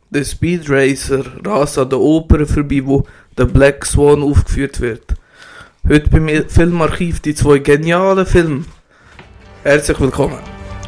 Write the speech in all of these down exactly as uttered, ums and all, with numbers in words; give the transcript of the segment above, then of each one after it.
der Speed Racer rast an der Oper vorbei, wo der Black Swan aufgeführt wird. Heute bei mir Filmarchiv die zwei genialen Filme. Herzlich willkommen.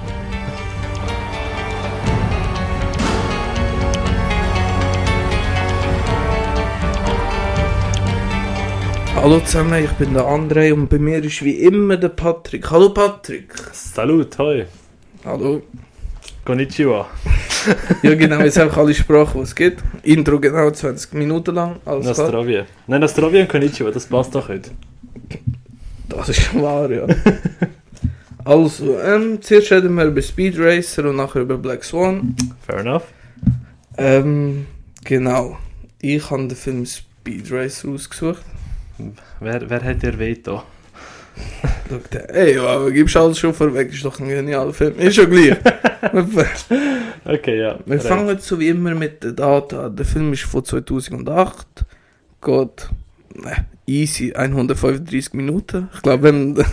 Hallo zusammen, ich bin der André und bei mir ist wie immer der Patrick. Hallo Patrick. Salut, hoi. Hallo. Konnichiwa. Ja genau, jetzt einfach alle Sprachen, die es gibt. Intro genau zwanzig Minuten lang. Alles Nostrovia. Nein, Nostrovia und Konnichiwa, das passt doch nicht. Das ist wahr, ja. Also, ähm, zuerst reden wir über Speed Racer und nachher über Black Swan. Fair enough. Ähm, genau. Ich habe den Film Speed Racer ausgesucht. Wer, wer hat dir Veto? Schau, ey, aber gibst alles schon vorweg, ist doch ein genialer Film. Ist schon gleich. Okay, ja. Wir recht. fangen so wie immer mit den Daten an. Der Film ist von zweitausendacht. Geht äh, easy hundertfünfunddreißig Minuten. Ich glaube, wenn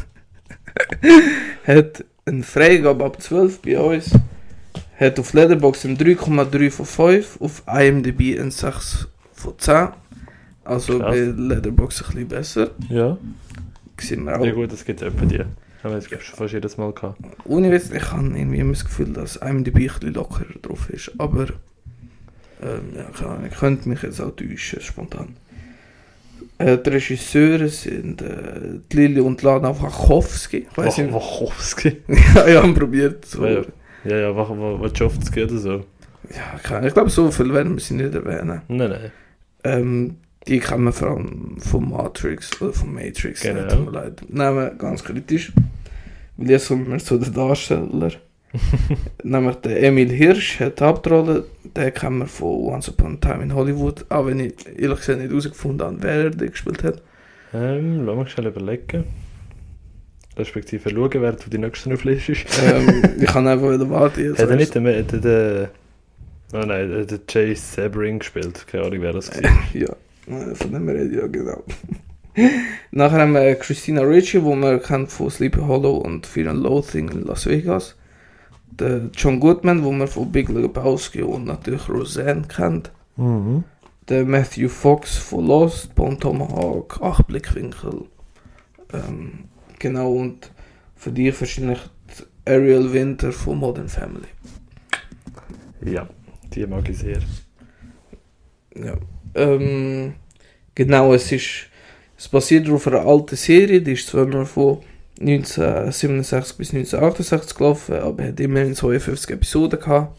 hat eine Freigabe ab zwölf bei uns. Hat auf Letterboxd ein drei Komma drei von fünf, auf IMDb ein sechs von zehn. Also Krass. bei Letterboxd ein bisschen besser. Ja. Sehen wir auch. Ja gut, das gibt es etwa die. Haben wir jetzt schon fast jedes Mal gehabt. Ohne Witz, ich habe irgendwie immer das Gefühl, dass IMDb ein bisschen lockerer drauf ist. Aber ähm, ja, keine Ahnung, ich könnte mich jetzt auch täuschen, spontan. Äh, die Regisseure sind äh, die Lili und Lana Wachowski. Ich weiß nicht. Wachowski? Ja, ich habe probiert. So. Ja, ja, ja Wach- Wachowski oder so. Ja, keine Ahnung. Ich glaube, so viel werden wir sie nicht erwähnen. Nein, nein. Ähm, die kennen vor allem von Matrix oder von Matrix. Genau. Äh, tut mir leid. Nehmen wir ganz kritisch. Weil jetzt kommen wir zu den Darstellern. Nämlich der Emil Hirsch hat die Hauptrolle. Den kennen wir von Once Upon a Time in Hollywood. Auch wenn ich ehrlich gesagt nicht herausgefunden habe, wer er den gespielt hat. Ähm, lass mich schnell überlegen. Respektive schauen, wer du die nächsten auflistest. ähm, ich kann einfach wieder warten. Jetzt Hat er nicht den... den, den oh nein, den Jay Sebring gespielt? Keine Ahnung, wer das war. Ja, von dem rede ich ja genau. Nachher haben wir Christina Ricci, die man kennt von Sleepy Hollow und Fear and Loathing in Las Vegas. Der John Goodman, den man von Big Lebowski und natürlich Roseanne kennt. Mhm. Der Matthew Fox von Lost, Bone Tomahawk, acht Blickwinkel. Ähm, genau, und für dich wahrscheinlich Ariel Winter von Modern Family. Ja, die mag ich sehr. Ja. Ähm, genau, es ist es basiert auf einer alten Serie, die ist zwar nur von neunzehnhundertsiebenundsechzig bis neunzehnhundertachtundachtzig gelaufen, aber hat immerhin zweiundfünfzig Episoden gehabt.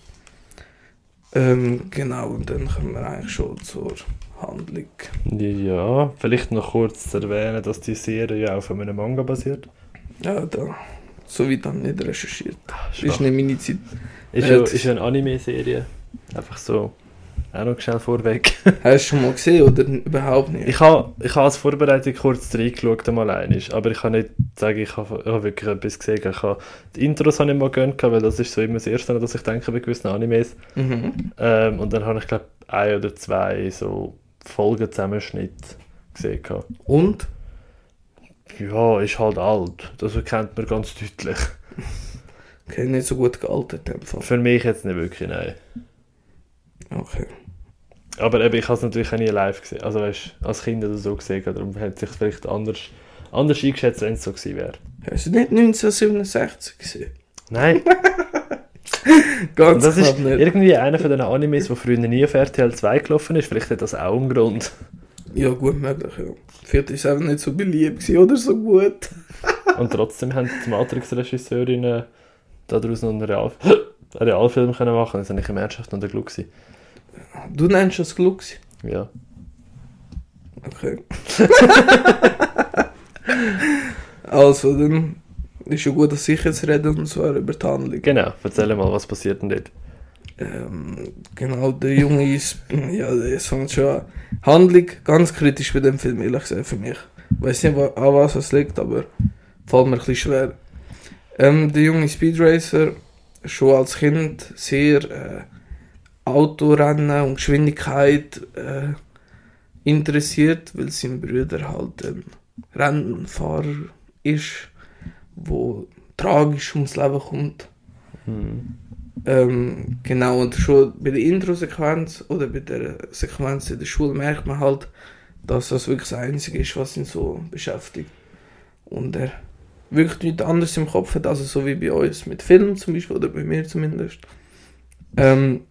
Ähm, genau, und dann kommen wir eigentlich schon zur Handlung. Ja, vielleicht noch kurz zu erwähnen, dass die Serie ja auf einem Manga basiert. Ja, da, so weit habe ich nicht recherchiert. Schwach. Ist nicht meine Zeit. Ist Äh, ja, das- ist ja eine Anime-Serie. Einfach so, auch noch schnell vorweg. Hast du schon mal gesehen oder überhaupt nicht? Ich habe ich ha als Vorbereitung kurz reingeschaut, einmal einmal, aber ich kann nicht sagen, ich habe ich ha wirklich etwas gesehen. Ich habe die Intros habe ich mal gönnt, weil das ist so immer das Erste, dass ich denke bei gewissen Animes. Mhm. Ähm, und dann habe ich glaube ein oder zwei so Folgenzusammenschnitte gesehen. gehabt. Und? Ja, ist halt alt. Das erkennt man ganz deutlich. Okay, nicht so gut gealtert in dem Fall. Für mich jetzt nicht wirklich, nein. Okay. Aber eben, ich habe es natürlich auch nie live gesehen. Also weißt, als Kind oder so gesehen, darum hätte sich vielleicht anders, anders eingeschätzt, wenn es so gewesen wäre. Hast du nicht neunzehnhundertsiebenundsechzig gesehen? Nein, Ganz und das ist knapp nicht. irgendwie einer von den Animes, der früher nie auf R T L zwei gelaufen ist. Vielleicht hat das auch einen Grund. Ja, gut möglich, ja. Viert ist einfach nicht so beliebt gewesen oder so gut. Und trotzdem haben die Matrix-Regisseurinnen daraus noch einen, Real einen Realfilm können machen. Das war nicht im Ernsthaft noch der Glück gewesen. Du nennst das Glück? Ja. Okay. Also, dann ist ja gut, dass ich jetzt rede, und zwar über die Handlung. Genau, erzähl mal, was passiert denn dort? Ähm, genau, der Junge ist, ja, es fängt schon an. Handlung, ganz kritisch bei dem Film, ehrlich gesagt, für mich. Ich weiß nicht, wa- an was es liegt, aber fällt mir ein bisschen schwer. Ähm, der junge Speed Racer, schon als Kind sehr äh, Autorennen und Geschwindigkeit äh, interessiert, weil sein Bruder halt ein Rennfahrer ist, wo tragisch ums Leben kommt. Hm. Ähm, genau, und schon bei der Intro-Sequenz oder bei der Sequenz in der Schule merkt man halt, dass das wirklich das Einzige ist, was ihn so beschäftigt. Und er wirklich nichts anderes im Kopf hat, also so wie bei uns mit Filmen zum Beispiel, oder bei mir zumindest. Ähm,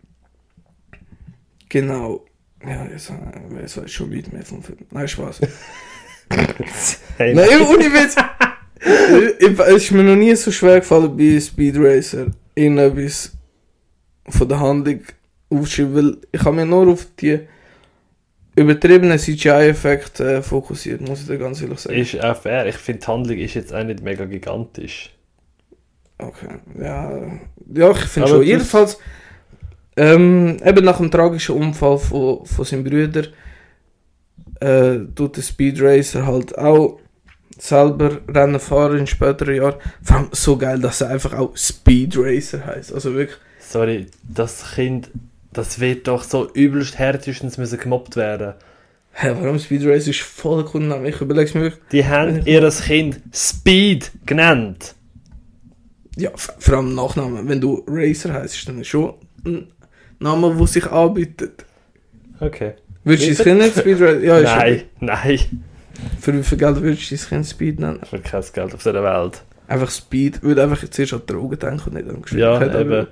genau. Ja, jetzt, jetzt weiß schon weit mehr vom Film. Nein, Spaß. Hey, Nein, ohne Witz. Es ist mir noch nie so schwer gefallen bei Speed Racer irgendetwas von der Handlung aufschreiben, weil ich habe mich nur auf die übertriebenen C G I-Effekte äh, fokussiert, muss ich dir ganz ehrlich sagen. ist auch fair. Ich finde, die Handlung ist jetzt auch nicht mega gigantisch. Okay, ja, ja ich finde Aber schon. das- Jedenfalls, ähm, eben nach dem tragischen Unfall von, von seinem Bruder, äh, tut der Speed Racer halt auch selber Rennen fahren in späteren Jahren. Vor allem so geil, dass er einfach auch Speed Racer heißt. Also wirklich, Sorry, das Kind, das wird doch so übelst härtestens müssen gemobbt werden. hä, warum Speed Racer ist voll der Kundenname? Ich überlege es mir wirklich. Die haben ihr Kind Speed genannt. Ja, v- vor allem Nachnamen. Wenn du Racer heißt, dann ist schon ein Name, der sich anbietet. Okay. Würdest du dein Kind nicht Speed Racer? Ja, ist Nein, nein. Für wie viel Geld würdest du dein Kind Speed nennen? Für kein Geld auf dieser Welt. Einfach Speed, würde einfach zuerst an Drogen denken und nicht an Ja, Geschwindigkeit. aber- eben.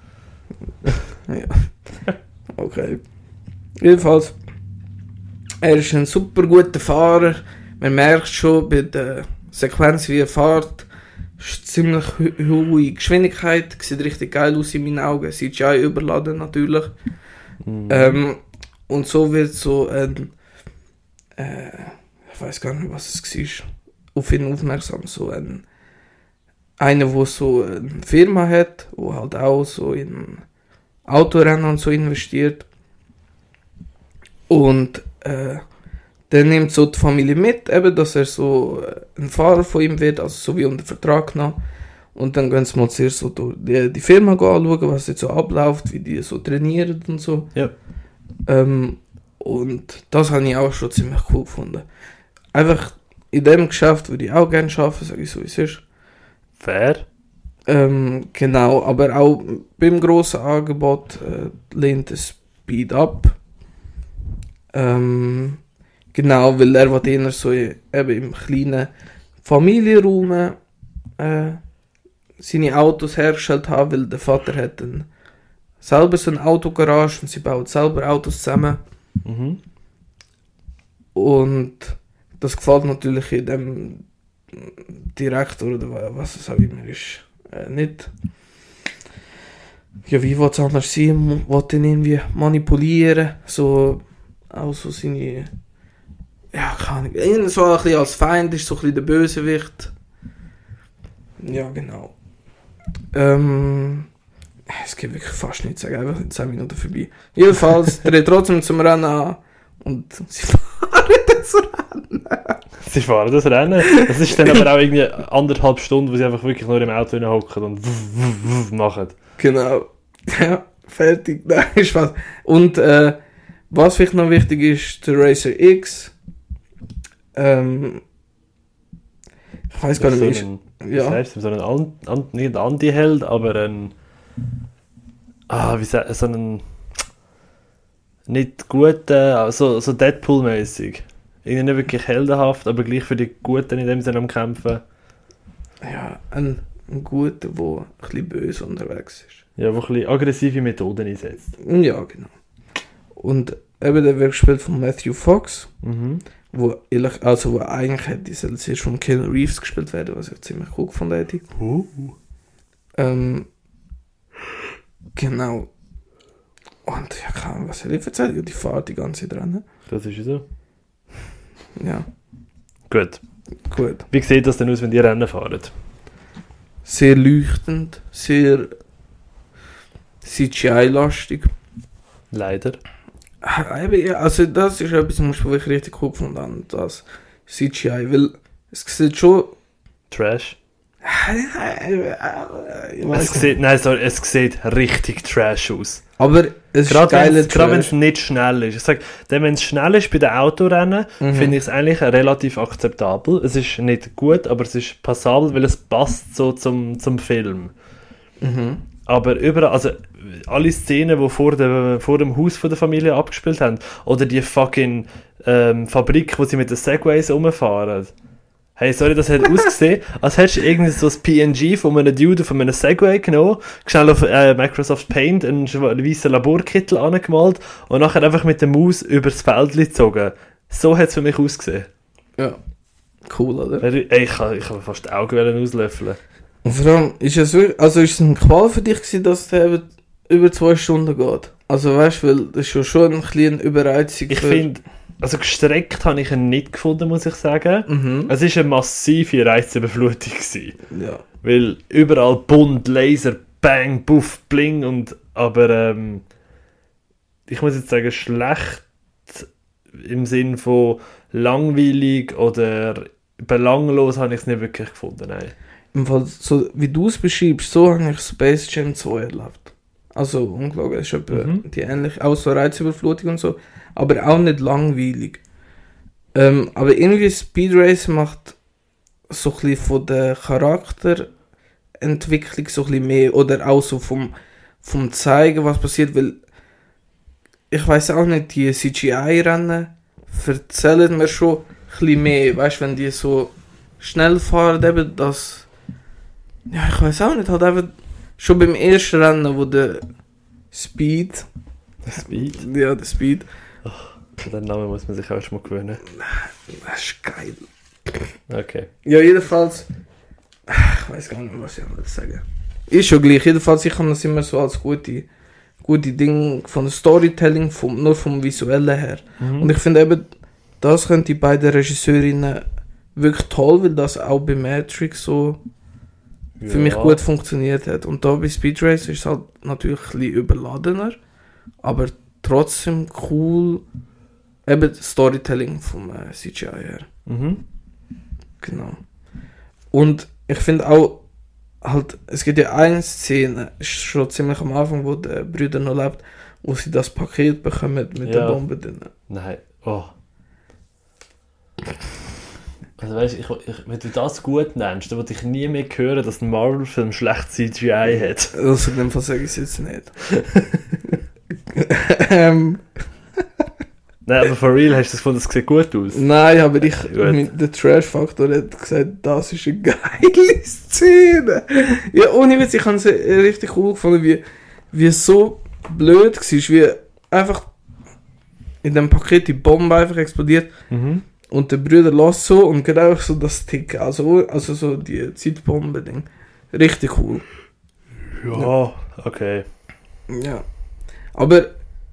Ja. Okay. Jedenfalls, er ist ein super guter Fahrer. Man merkt schon bei der Sequenz, wie er fährt, ist ziemlich ho- hohe Geschwindigkeit, sieht richtig geil aus in meinen Augen, C G I überladen natürlich. Mhm. Ähm, und so wird so ein, äh, ich weiß gar nicht, was es war, auf ihn aufmerksam, so ein, einer, der so eine Firma hat, wo halt auch so in Autorennen und so investiert. Und äh, der nimmt so die Familie mit, eben, dass er so äh, ein Fahrer von ihm wird, also so wie unter Vertrag genommen. Und dann gehen sie mal zuerst so durch die, die Firma anschauen, was jetzt so abläuft, wie die so trainieren und so. Ja. Ähm, und das habe ich auch schon ziemlich cool gefunden. Einfach in dem Geschäft würde ich auch gerne arbeiten, sage ich so, wie es ist. Fair. Ähm, genau, aber auch beim grossen Angebot äh, lehnt es Speed ab. Ähm, genau, weil er will eher so eben im kleinen Familienraum äh, seine Autos hergestellt haben, weil der Vater hat ein, selber so eine Autogarage und sie bauen selber Autos zusammen. Mhm. Und das gefällt natürlich in dem Direktor oder was es auch immer ist, äh, nicht. Ja, wie will es anders sein? Will ihn irgendwie manipulieren, so auch so seine, ja, keine Ahnung, irgendwie so ein bisschen als Feind ist, so ein bisschen der Bösewicht. Ja, genau. Ähm, es gibt wirklich fast nichts zu sagen, einfach in zehn Minuten vorbei. Jedenfalls dreht trotzdem zum Rennen an und sie fahren das Rennen. Sie fahren das Rennen. Das ist dann aber auch irgendwie anderthalb Stunden, wo sie einfach wirklich nur im Auto hocken und wuff, wuff, wuff machen. Genau. Ja, fertig. Nein, Spaß. Und äh, was vielleicht noch wichtig ist, der Racer X. Ähm, ich weiß gar nicht, so wie ist. ein, Ja. wie heißt das? So ein An, An, nicht ein Anti-Held, aber ein. Ah, wie sagt so ein. Nicht guter, so, so Deadpool-mäßig. Irgendwie nicht wirklich heldenhaft, aber gleich für die Guten in dem Sinne am Kämpfen. Ja, ein, ein guter, der ein bisschen böse unterwegs ist. Ja, wo ein bisschen aggressive Methoden einsetzt. Ja, genau. Und eben der wird gespielt von Matthew Fox, Mhm. wo, ehrlich, also wo eigentlich hätte soll zuerst von Keanu Reeves gespielt werden, was ich ziemlich cool gefunden hätte. Uh. Ähm, genau. Und ja, keine Ahnung, was soll ich erzählen? Ja, die Fahrt die ganze Zeit dran. Das ist ja so. Ja, Gut. gut. Wie sieht das denn aus, wenn die Rennen fahren? Sehr leuchtend, sehr C G I-lastig. Leider. Ah, eben, ja, also das ist etwas, was ich richtig cool gefunden habe, das C G I, weil es sieht schon... Trash. Ich Es weiss nicht. sieht, nein, sorry, es sieht richtig trash aus. Aber es ist Gerade geiler wenn gerade wenn es Trash. nicht schnell ist. Ich sage, wenn es schnell ist bei den Autorennen, Mhm. finde ich es eigentlich relativ akzeptabel. Es ist nicht gut, aber es ist passabel, weil es passt so zum, zum Film. Mhm. aber überall, also alle Szenen, die vor dem, vor dem Haus von der Familie abgespielt haben, oder die fucking ähm, Fabrik, wo sie mit den Segways rumfahren. Hey, sorry, das hat ausgesehen, als hättest du irgendwie so ein P N G von einem Dude von einem Segway genommen, schnell auf äh, Microsoft Paint einen weißen Laborkittel angemalt und nachher einfach mit der Maus übers Feld gezogen. So hat es für mich ausgesehen. Ja, cool, oder? Ey, ich kann, ich kann mir fast die Augen auslöffeln. Und vor allem, ist es wirklich, also ist es eine Qual für dich gewesen, dass der über, über zwei Stunden geht? Also weißt du, weil das ist ja schon ein bisschen Überreizung. Ich finde, also gestreckt habe ich ihn nicht gefunden, muss ich sagen. Mhm. Es war eine massive Reizüberflutung gewesen. Ja. Weil überall bunt, Laser, Bang, Buff, Bling und, aber ähm, ich muss jetzt sagen, schlecht im Sinn von langweilig oder belanglos habe ich es nicht wirklich gefunden, nein. Im Fall, so wie du es beschreibst, so habe ich Space Jam zwei erlebt. Also, ungelogen, es ist etwa Mhm. die ähnlich, auch so Reizüberflutung und so, aber auch nicht langweilig. Ähm, aber irgendwie Speed Race macht so ein bisschen von der Charakterentwicklung so ein bisschen mehr, oder auch so vom, vom Zeigen, was passiert, weil ich weiß auch nicht, die C G I-Rennen erzählen mir schon ein bisschen mehr, weißt du, wenn die so schnell fahren, eben das, ja, ich weiß auch nicht, halt einfach schon beim ersten Rennen, wo der Speed, Speed? ja, der Speed, Den Namen muss man sich auch schon mal gewöhnen. das ist geil. Okay. Ja, jedenfalls, ich weiß gar nicht, was ich anders sagen. Ist schon gleich, jedenfalls, ich habe das immer so als gute, gute Ding von Storytelling, vom, nur vom Visuellen her. Mhm. Und ich finde eben, das können die beiden Regisseurinnen wirklich toll, weil das auch bei Matrix so für Ja. mich gut funktioniert hat. Und da bei Speed Race ist es halt natürlich ein bisschen überladener, aber trotzdem cool, eben das Storytelling vom äh, C G I her. Mhm. Genau. Und ich finde auch, halt, es gibt ja eine Szene, ist schon ziemlich am Anfang, wo der Brüder noch lebt, wo sie das Paket bekommen mit Ja. der Bombe drin. Nein. Oh. Also weißt, ich, ich, wenn du das gut nennst, dann würde ich nie mehr hören, dass ein Marvel-Film schlecht C G I hat. Also in dem Fall sage ich es jetzt nicht. ähm, Nein, aber for real, hast du das gefunden, das sieht gut aus? nein, aber ich, Gut. mit der Trash-Faktor hat gesagt, das ist eine geile Szene. Ja, ohne Witz, ich habe es richtig cool gefunden, wie, wie es so blöd war, wie einfach in dem Paket die Bombe einfach explodiert. Mhm. Und der Bruder lässt so und geht einfach so das Tick, also, also so die Zeitbombe-Ding. Richtig cool. Ja, okay. Ja. Aber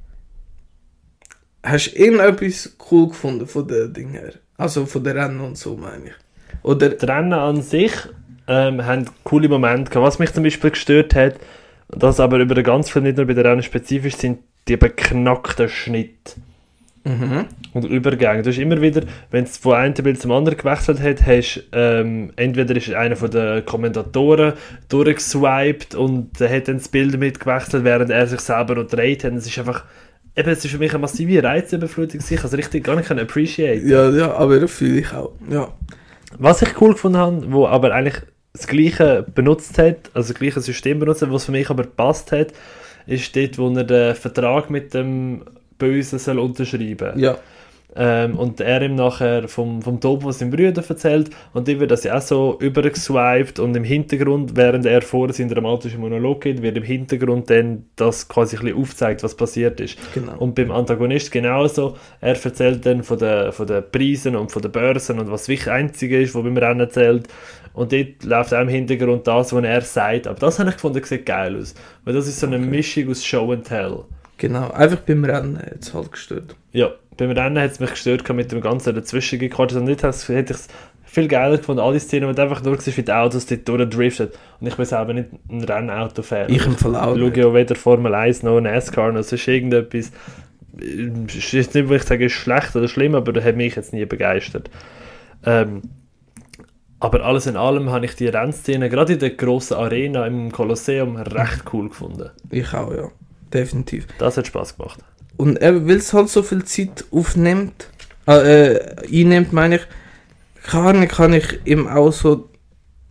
hast du irgendetwas cool gefunden von den Dingen her? Also von den Rennen und so, meine ich. Oder, Die Rennen an sich ähm, haben coole Momente gehabt. Was mich zum Beispiel gestört hat, das aber über den ganzen Film nicht nur bei den Rennen spezifisch sind, die beknackten Schnitte. mhm. Und Übergänge. Du hast immer wieder, wenn es von einem Bild zum anderen gewechselt hat, hast ähm, entweder ist einer von den Kommentatoren durchgeswiped und der hat dann das Bild mitgewechselt, während er sich selber noch dreht hat. Es ist einfach, eben, es ist für mich eine massive Reizüberflutung. Ich kann es richtig gar nicht appreciate. Ja, ja, aber das fühle ich auch. Ja. Was ich cool gefunden habe, wo aber eigentlich das Gleiche benutzt hat, also das gleiche System benutzt hat, was für mich aber gepasst hat, ist dort, wo er den Vertrag mit dem Bösen soll unterschreiben. Ja. Ähm, und er ihm nachher vom, vom Tod von seinem Bruder erzählt und die wird das ja auch so übergeswiped und im Hintergrund, während er vorher seinen dramatischen Monolog geht, wird im Hintergrund dann das quasi ein bisschen aufgezeigt, was passiert ist. Genau. Und beim Antagonist genauso, er erzählt dann von den, von den Preisen und von den Börsen und was das Einzige ist, was beim Rennen erzählt. Und dort läuft auch im Hintergrund das, was er sagt. Aber das habe ich gefunden, das sieht geil aus. Weil das ist so eine Okay. Mischung aus Show and Tell. Genau, einfach beim Rennen hat es halt gestört. Ja, beim Rennen hat es mich gestört mit dem ganzen dazwischen gequatscht. Und nicht hätte ich es viel geiler gefunden, alle Szenen, wo du einfach nur siehst, wie die Autos dort durchdriften. Und ich bin selber nicht ein Rennauto-Fan. Ich im Fall auch Ich schaue nicht. ja weder Formel eins noch NASCAR noch sonst irgendetwas. Ist jetzt nicht, wo ich sage, ist schlecht oder schlimm, aber das hat mich jetzt nie begeistert. Ähm, aber alles in allem habe ich die Rennszene, gerade in der grossen Arena im Kolosseum, recht cool gefunden. Ich auch, ja. Definitiv. Das hat Spaß gemacht. Und eben, weil es halt so viel Zeit aufnimmt, äh, äh, einnimmt, meine ich, kann, kann ich ihm auch so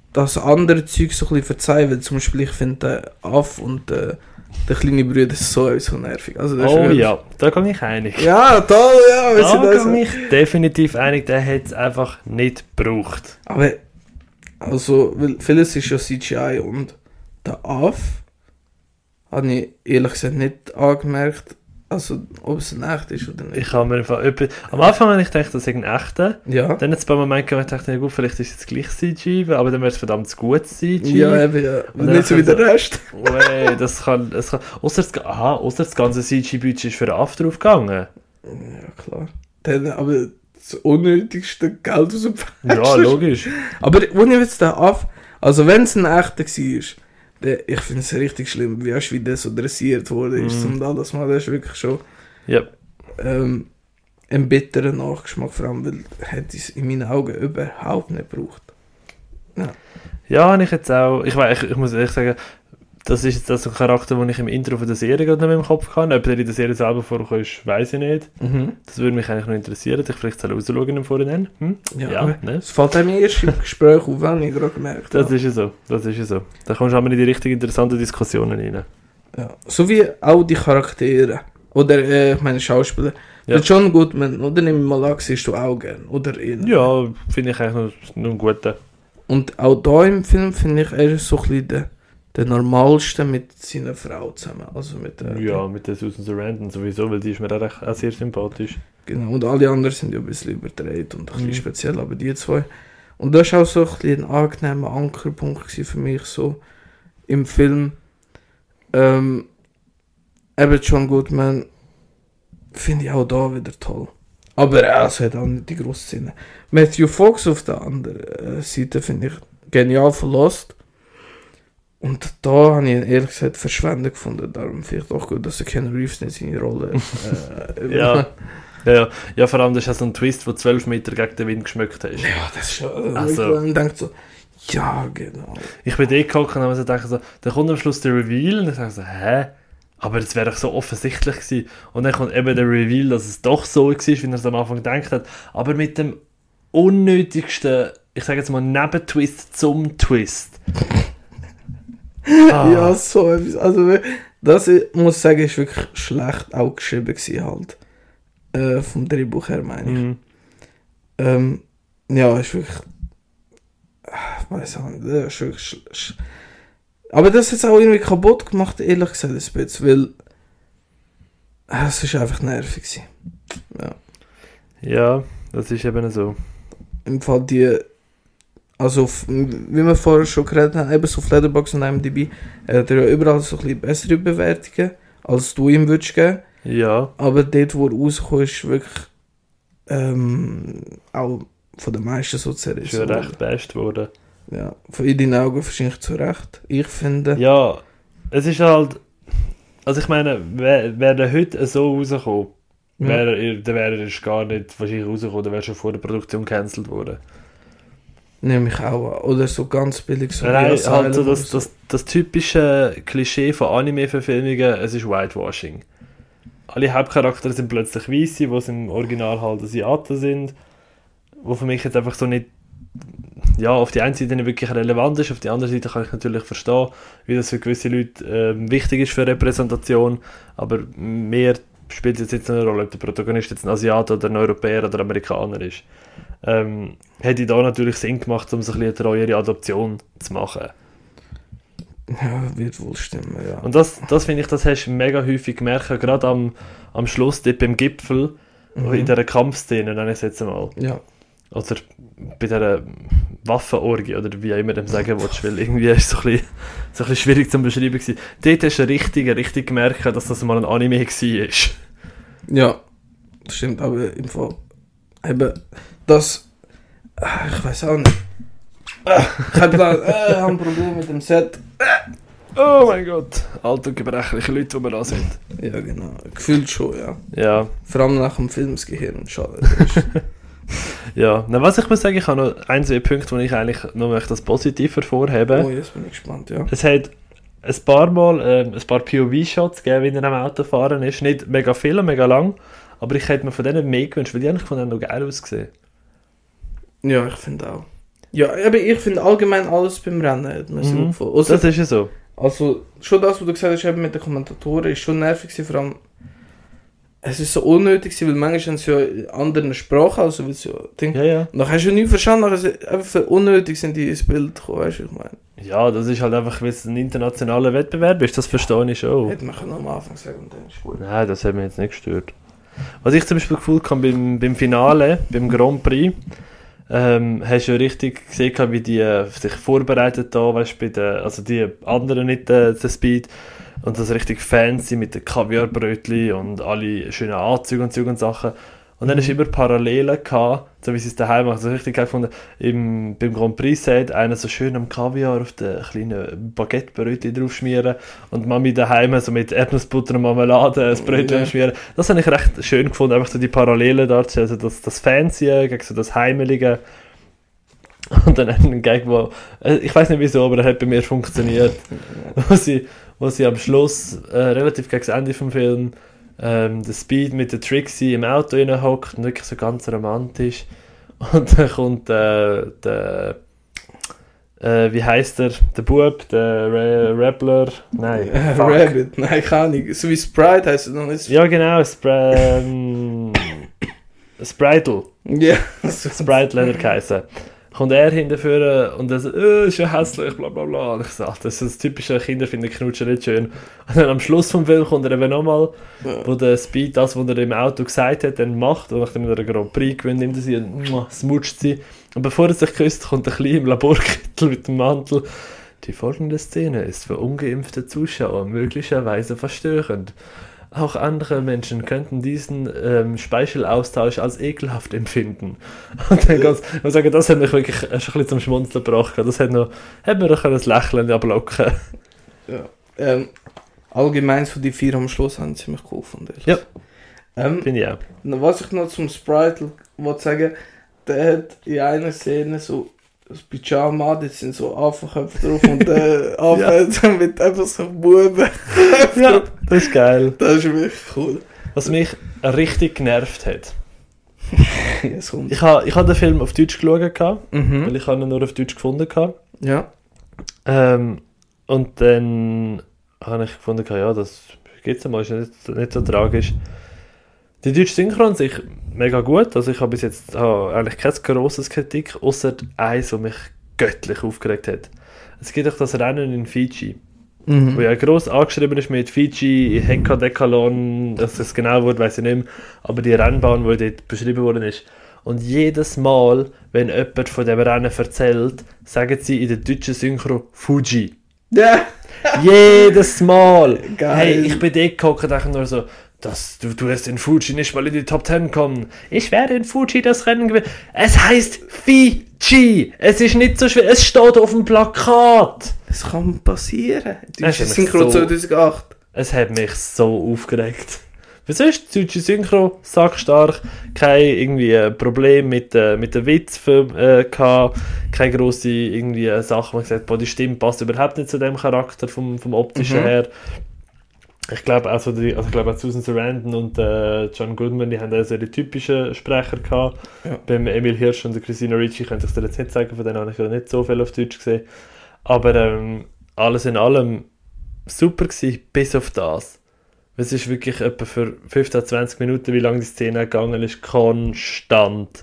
das andere Zeug so ein bisschen verzeihen, weil zum Beispiel ich finde der Aff und der, der kleine Bruder ist so, so nervig. Also, das Oh ist ja, da gehe ich einig. Ja, toll, ja. weißt du, Da das- gehe ich definitiv einig, der hat es einfach nicht gebraucht. Aber, also, weil vieles ist ja C G I und der Aff habe ich ehrlich gesagt nicht angemerkt, also ob es ein echt ist oder nicht. Ich habe mir einfach etwas... Am Anfang habe ich gedacht, das ist ein echter. Ja. Dann hat es ein paar Momente gehabt, wo ich dachte, ja gut, vielleicht ist es jetzt gleich C G, aber dann wäre es verdammt gut C G. Ja, eben, ja. Und dann Nicht so wie der kann- Rest. Wey, das kann... Das kann ausser, das, aha, ausser das ganze C G-Budget ist für den Aff drauf gegangen. Ja, klar. Dann aber das unnötigste Geld aus dem Ja, logisch. Aber ohne jetzt der Aff, also wenn es ein echter war, der, ich finde es richtig schlimm, wie erst wie der so dressiert wurde, ist Mhm. zum alles mal, das ist wirklich schon Ja. ähm, ein bitterer Nachgeschmack, vor allem, weil hätte es in meinen Augen überhaupt nicht gebraucht. Ja, habe ich jetzt auch... Ich, weiss, ich, ich muss ehrlich sagen, das ist jetzt das so ein Charakter, den ich im Intro von der Serie gerade noch im Kopf habe. Ob der in der Serie selber vorkommt, weiß ich nicht. Das würde mich eigentlich noch interessieren. Ich vielleicht soll rausschauen im Vorhinein. Hm? Ja, Ja, aber ne? es fällt einem erst im Gespräch auf, wenn ich gerade gemerkt Das habe. ist ja so. Das ist ja so. Da kommst du auch mal in die richtig interessanten Diskussionen rein. Ja. So wie auch die Charaktere. Oder, äh, ich meine Schauspieler. Ja. Der John Goodman, oder nimm mal an, siehst du auch gern. Oder ihn. Ja, finde ich eigentlich noch, noch einen guten. Und auch da im Film finde ich, er ist so ein bisschen der, der normalste mit seiner Frau zusammen. Also mit der, Ja, mit der Susan Sarandon sowieso, weil die ist mir auch, recht, auch sehr sympathisch. Genau. Und alle anderen sind ja ein bisschen überdreht und ein bisschen Mhm. speziell, aber die zwei. Und das war auch so ein, bisschen ein angenehmer Ankerpunkt gewesen für mich so im Film. Ähm, eben John Goodman finde ich auch da wieder toll. Aber er also hat auch nicht die grosse Szene. Matthew Fox auf der anderen äh, Seite finde ich genial verlost. Und da habe ich ihn ehrlich gesagt verschwendet gefunden. Darum vielleicht auch gut, dass der Ken Reeves nicht seine Rolle äh, Ja. Ja, ja. Ja, vor allem das ist ja so ein Twist, wo zwölf Meter gegen den Wind geschmückt hast. Ja, das ist schon. Also- Also, man denkt so, ja, genau. Ich bin dort gehockt und habe mir so gedacht, so, dann kommt am Schluss der Reveal und ich sage so, hä? Aber das wäre doch so offensichtlich gewesen. Und dann kommt eben der Reveal, dass es doch so war, wie er es am Anfang gedacht hat. Aber mit dem unnötigsten, ich sage jetzt mal, Nebentwist zum Twist. Ah. Ja, so etwas. Also, das ich muss ich sagen, ist wirklich schlecht auch geschrieben gewesen, halt. Äh, vom Drehbuch her, meine ich. Mhm. Ähm, ja, ist wirklich. Ich weiß auch nicht, das ist wirklich. Sch sch aber das hat es auch irgendwie kaputt gemacht, ehrlich gesagt, ein bisschen, weil. äh, Es ist einfach nervig gewesen. Ja. Ja, das ist eben so. Im Fall die. Also, f- wie wir vorher schon geredet haben, eben so auf Letterboxd und I M D B, er hat ja überall so ein bisschen bessere Bewertungen, als du ihm würdest geben. Ja, Aber dort, wo er rauskommt, ist wirklich ähm, auch von den meisten so ist zerrissen. ja recht best geworden. Ja, von in deinen Augen wahrscheinlich zu Recht. Ich finde. Ja, es ist halt. Also ich meine, wäre wär der heute so rausgekommen, Ja. wäre er, dann wäre er erst gar nicht wahrscheinlich rausgekommen, dann wäre schon vor der Produktion gecancelt worden. Nehme ich auch an. Oder so ganz billig so. Nein, wie halt so Asylum das, oder so. das, das typische Klischee von Anime-Verfilmungen, es ist Whitewashing. Alle Hauptcharaktere sind plötzlich Weisse, die im Original halt Asiaten sind, wo für mich jetzt einfach so nicht, ja, auf die einen Seite nicht wirklich relevant ist, auf die andere Seite kann ich natürlich verstehen, wie das für gewisse Leute ähm, wichtig ist für Repräsentation, aber mehr spielt es jetzt eine Rolle, ob der Protagonist jetzt ein Asiat oder ein Europäer oder Amerikaner ist. Ähm, hätte da natürlich Sinn gemacht, um so ein bisschen eine treuere Adoption zu machen. Ja, wird wohl stimmen, ja. Und das, das finde ich, das hast du mega häufig gemerkt, gerade am, am Schluss, dort beim Gipfel, Mhm. in dieser Kampfszene, nenne ich es jetzt mal. Ja. Oder bei dieser Waffenorgie, oder wie auch immer du dem sagen willst, weil irgendwie ist es so ein bisschen, so ein bisschen schwierig zu beschreiben gewesen. Dort hast du richtig, richtig gemerkt, dass das mal ein Anime war. Ja, das stimmt, aber im Fall. Eben, das. äh, Ich weiß auch nicht. Äh, Ich habe da äh, ein Problem mit dem Set. Oh mein Gott, alte und gebrechliche Leute, die wir da sind. Ja, genau. Gefühlt schon, ja. Ja, Vor allem nach dem Film das Gehirn schade. ja. Na, was ich muss sagen, ich habe noch ein, zwei Punkte, die ich eigentlich noch möchte als positiv hervorheben. Oh, jetzt bin ich gespannt, ja. Es hat ein paar Mal ähm, ein paar P O V-Shots gegeben, wie er am Auto fahren ist. Nicht mega viel und mega lang, aber ich hätte mir von denen mehr gewünscht, weil die eigentlich von denen noch geil ausgesehen. Ja, ich finde auch. Ja, aber ich finde allgemein alles beim Rennen hat mir sehr Mhm. gut gefallen. Ausser- Das ist ja so. Also, schon das, was du gesagt hast, eben mit den Kommentatoren, ist schon nervig gewesen, vor allem, es ist so unnötig gewesen, weil manchmal haben sie ja in anderen Sprachen, also weil sie ja Ding. Ja, ja. Und dann hast du nicht verstanden, dass sie einfach für unnötig sind, die ins Bild gekommen, weißt du, ich meine. Ja, das ist halt einfach, weil es ein internationaler Wettbewerb ist, das verstehe ich schon. Hätte man können am Anfang sagen, und dann ist gut. Nein, das hat mich jetzt nicht gestört. Was ich zum Beispiel gefühlt habe beim, beim Finale, beim Grand Prix, ähm, hast du ja richtig gesehen, wie die äh, sich vorbereitet da, weißt du, bei den, also die anderen nicht äh, den Speed, und das richtig fancy mit den Kaviarbrötchen und alle schönen Anzüge und Züge und Sachen. Und dann hast du immer Parallelen gehabt, so wie sie es daheim machen. So richtig geil gefunden. Im, beim Grand Prix sagt einer so schön am Kaviar auf den kleinen Baguettebrötchen drauf schmieren und Mami daheim so mit Erdnussbutter und Marmelade das Brötchen Ja. schmieren. Das habe ich recht schön gefunden, einfach so die Parallelen darzustellen. Also das, das Fancy gegen so das Heimelige. Und dann einen Gag, wo, äh, ich weiß nicht wieso, aber er hat bei mir funktioniert. wo, sie, wo sie am Schluss, äh, relativ gegen das Ende vom Film, ähm, der Speed mit der Trixie im Auto hockt und wirklich so ganz romantisch. Und dann kommt äh, der, äh, wie heißt der, der Bub, der Ra- Rappler, nein, Äh, fuck. Rabbit, nein, keine Ahnung. So wie Sprite heisst es noch nicht. Ja genau, Spr ähm, Spritle. Ja. So. Sprite hat er geheißen. Kommt er hinterführen und er so, äh, ist ja hässlich, bla bla bla. Und ich sage, das ist das typische Kinder finden Knutschen nicht schön. Und dann am Schluss vom Film kommt er eben nochmal, wo der Speed das, was er im Auto gesagt hat, dann macht. Und nachdem er den Grand Prix gewinnt, nimmt er sie und muah, smutscht sie. Und bevor er sich küsst, kommt ein kleiner im Laborkittel mit dem Mantel. Die folgende Szene ist für ungeimpfte Zuschauer möglicherweise verstörend. Auch andere Menschen könnten diesen ähm, Speichelaustausch als ekelhaft empfinden. Und dann ganz, ich muss sagen, das hat mich wirklich schon ein bisschen zum Schmunzeln gebracht. Das hat, noch, hat mir doch ein Lächeln ablocken. Ja. Ähm, allgemein von die vier am Schluss haben ziemlich cool gefunden. Ja. Ähm, Finde ich auch. was ich noch zum Sprite wollte sagen, der hat in einer Szene so das Pyjama, da sind so Affenköpfe drauf und der Affe mit einfach so Buben. Ja, das ist geil. Das ist wirklich cool. Was mich richtig genervt hat. Jetzt kommt. Ich habe ich ha den Film auf Deutsch geschaut, weil Mhm. ich habe ihn nur auf Deutsch gefunden habe. Ja. Ähm, und dann habe ich gefunden, ja, das gibt es einmal, ist nicht, nicht so tragisch. Die deutsche Synchro an sich mega gut, also ich habe bis jetzt habe eigentlich keine grosse Kritik, außer eins, was mich göttlich aufgeregt hat. Es gibt auch das Rennen in Fiji, Mhm. wo ja gross angeschrieben ist mit Fiji, Hekadecalon, dass es genau wird, weiß ich nicht mehr, aber die Rennbahn, die dort beschrieben worden ist. Und jedes Mal, wenn jemand von dem Rennen erzählt, sagen sie in der deutschen Synchro Fuji. Ja. Jedes Mal! Geil. Hey, ich bin dort gehockt und dachte nur so, das, du, du wirst in Fuji nicht mal in die Top Ten kommen. Ich werde in Fuji das Rennen gewinnen. Es heißt Fiji! Es ist nicht so schwer, es steht auf dem Plakat! Das kann passieren. Die Das deutsche ist nämlich Synchro so- zweitausendacht. Es hat mich so aufgeregt. Wieso ist die deutsche Synchro sackstark? Kein irgendwie äh, Problem mit, äh, mit den Witzen äh, gehabt. Keine grosse irgendwie äh, Sache, wo man gesagt hat, boah, die Stimme passt überhaupt nicht zu dem Charakter vom, vom optischen Mhm. her. Ich glaube also die, also ich glaube auch Susan Sarandon und äh, John Goodman, die haben also ihre typischen Sprecher gehabt. Ja. Beim Emil Hirsch und der Christina Ricci könnte ich dir jetzt nicht sagen, von denen habe ich ja nicht so viel auf Deutsch gesehen. Aber ähm, alles in allem super gewesen, bis auf das. Es ist wirklich etwa für fünfzehn, zwanzig Minuten, wie lange die Szene gegangen ist, konstant.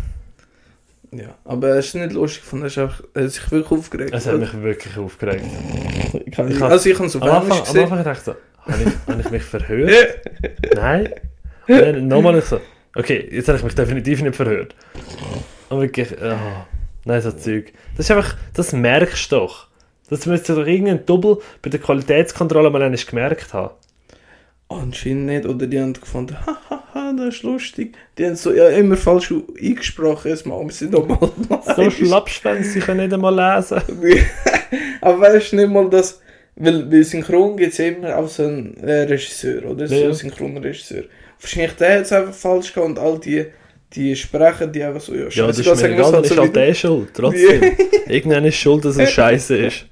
Ja, aber es ist nicht lustig gefunden, es ist einfach- er hat sich wirklich aufgeregt. Es hat mich wirklich aufgeregt. Ich kann, Ich hab- also ich habe es auf Am Englisch Anfang, am gesehen. Anfang dachte ich so, habe ich, habe ich mich verhört? Nein. Und dann nochmal ich so, okay, jetzt habe ich mich definitiv nicht verhört. Und wirklich, oh, nein, so Zeug. Das ist einfach, das merkst du doch. Das müsste doch irgendein Double bei der Qualitätskontrolle mal einmal gemerkt haben. Anscheinend nicht, oder die haben gefunden, hahaha, das ist lustig. Die haben so ja, immer falsch eingesprochen, jetzt machen wir sie nochmal. So Schlappschwänze, sie können nicht einmal lesen. Aber weißt du nicht mal, dass, weil, weil Synchron gibt es immer auch so einen äh, Regisseur, oder? So Ja. einen Synchronregisseur. Wahrscheinlich der hat es einfach falsch gehabt und all die, die Sprecher, die einfach so, ja, Ja, das ist scheißegal, mir sagen wir es egal, dann halt ist so halt wie du. der schuld, trotzdem. Irgendwann ist schuld, dass es scheiße ist.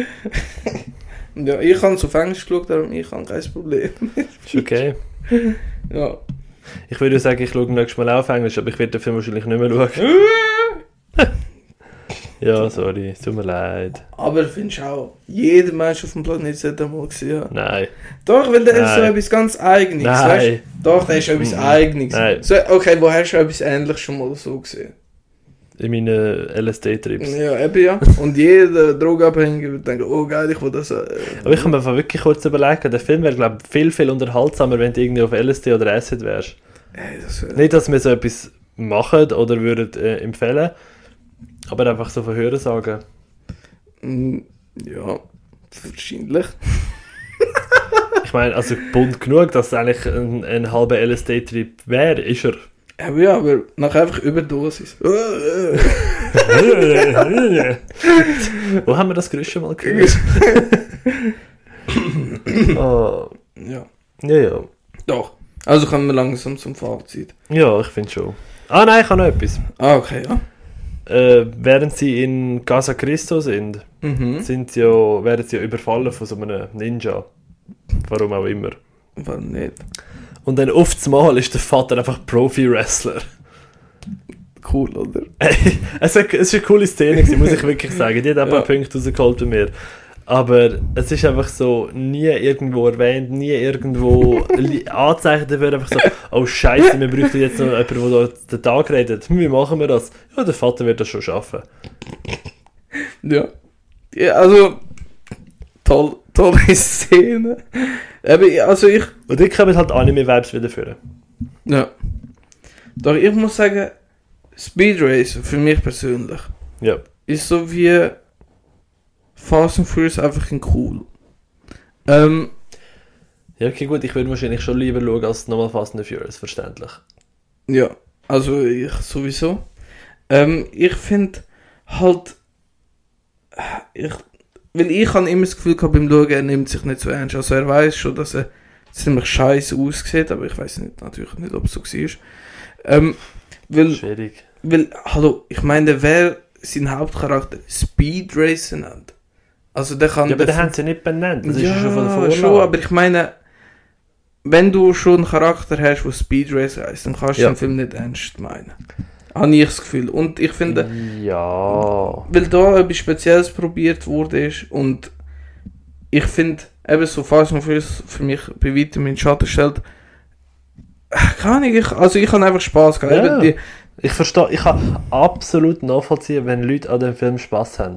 Ja, ich habe es auf Englisch geschaut, darum ich habe kein Problem. Ist okay. Ja. Ich würde sagen, ich schaue nächstes Mal auf Englisch, aber ich werde den Film wahrscheinlich nicht mehr schauen. Ja, sorry, es tut mir leid. Aber findest du auch, jeder Mensch auf dem Planeten sollte mal gesehen haben? Nein. Doch, weil der ist Nein. so etwas ganz Eigenes, Nein. weißt du? Doch, der ist etwas Mhm. Eigenes. Nein. So, okay, wo hast du etwas Ähnliches schon mal so gesehen? In meinen L S D-Trips. Ja, eben ja. Und jeder Drogenabhängige wird denken, oh geil, ich will das... Äh, Aber ich kann mir einfach wirklich kurz überlegen, der Film wäre, glaube ich, viel, viel unterhaltsamer, wenn du irgendwie auf L S D oder Acid wärst. Ey, das wär, Nicht, dass wir so etwas machen oder würden äh, empfehlen, aber einfach so von Hören sagen. Mm, ja, wahrscheinlich. Ich meine, also bunt genug, dass es eigentlich ein, ein halber L S D-Trip wäre, ist er. Aber ja, aber nach einfach Überdosis. Wo haben wir das Geräusch schon mal gehört? oh, Ja, ja, ja. doch. Also kommen wir langsam zum Fazit. Ja, ich finde schon. Ah nein, ich habe noch etwas. Ah, okay, ja. Äh, während sie in Casa Cristo sind, Mhm. sind sie ja, werden sie ja überfallen von so einem Ninja. Warum auch immer. Warum nicht? Und dann oft Mal ist der Vater einfach Profi-Wrestler. Cool, oder? es war es ist eine coole Szene, gewesen, muss ich wirklich sagen. Die hat auch ein paar Ja. Punkte rausgeholt bei mir. Aber es ist einfach so nie irgendwo erwähnt, nie irgendwo li- angezeigt. Da wird einfach so, oh Scheiße, wir bräuchten jetzt noch jemanden, der da den Tag redet. Hm, wie machen wir das? Ja, der Vater wird das schon schaffen. Ja. Ja, also, toll, tolle Szene. Eben, also ich, Und ich habe halt Anime-Vibes wieder führen. ja. Doch ich muss sagen, Speed Racer, für mich persönlich, Ja. ist so wie Fast and Furious einfach in cool. Ähm, Ja, okay, gut, ich würde wahrscheinlich schon lieber schauen als nochmal Fast and the Furious, verständlich. ja, also ich sowieso. Ähm, ich finde halt, ich, weil ich habe immer das Gefühl gehabt beim Schauen, er nimmt sich nicht so ernst. Also er weiß schon, dass er ziemlich scheiße aussieht, aber ich weiß nicht, natürlich nicht, ob es so war. Ähm, weil, Schwierig. weil, hallo, ich meine, wer sein Hauptcharakter Speed Racer nennt. Also der kann... Ja, aber der den haben sie nicht benannt. Das ist ja schon von der ja, Vorlage. schon, aber ich meine, wenn du schon einen Charakter hast, der Speed Racer heißt, dann kannst du Ja. den Film nicht ernst meinen. Habe ich das Gefühl. Und ich finde, Ja. weil da etwas Spezielles probiert wurde ist und ich finde, eben so Fast and Furious für mich bei weitem in den Schatten stellt, keine Ahnung, ich, also ich habe einfach Spass gehabt. Ja. Eben die, Ich verstehe, ich kann absolut nachvollziehen, wenn Leute an dem Film Spass haben.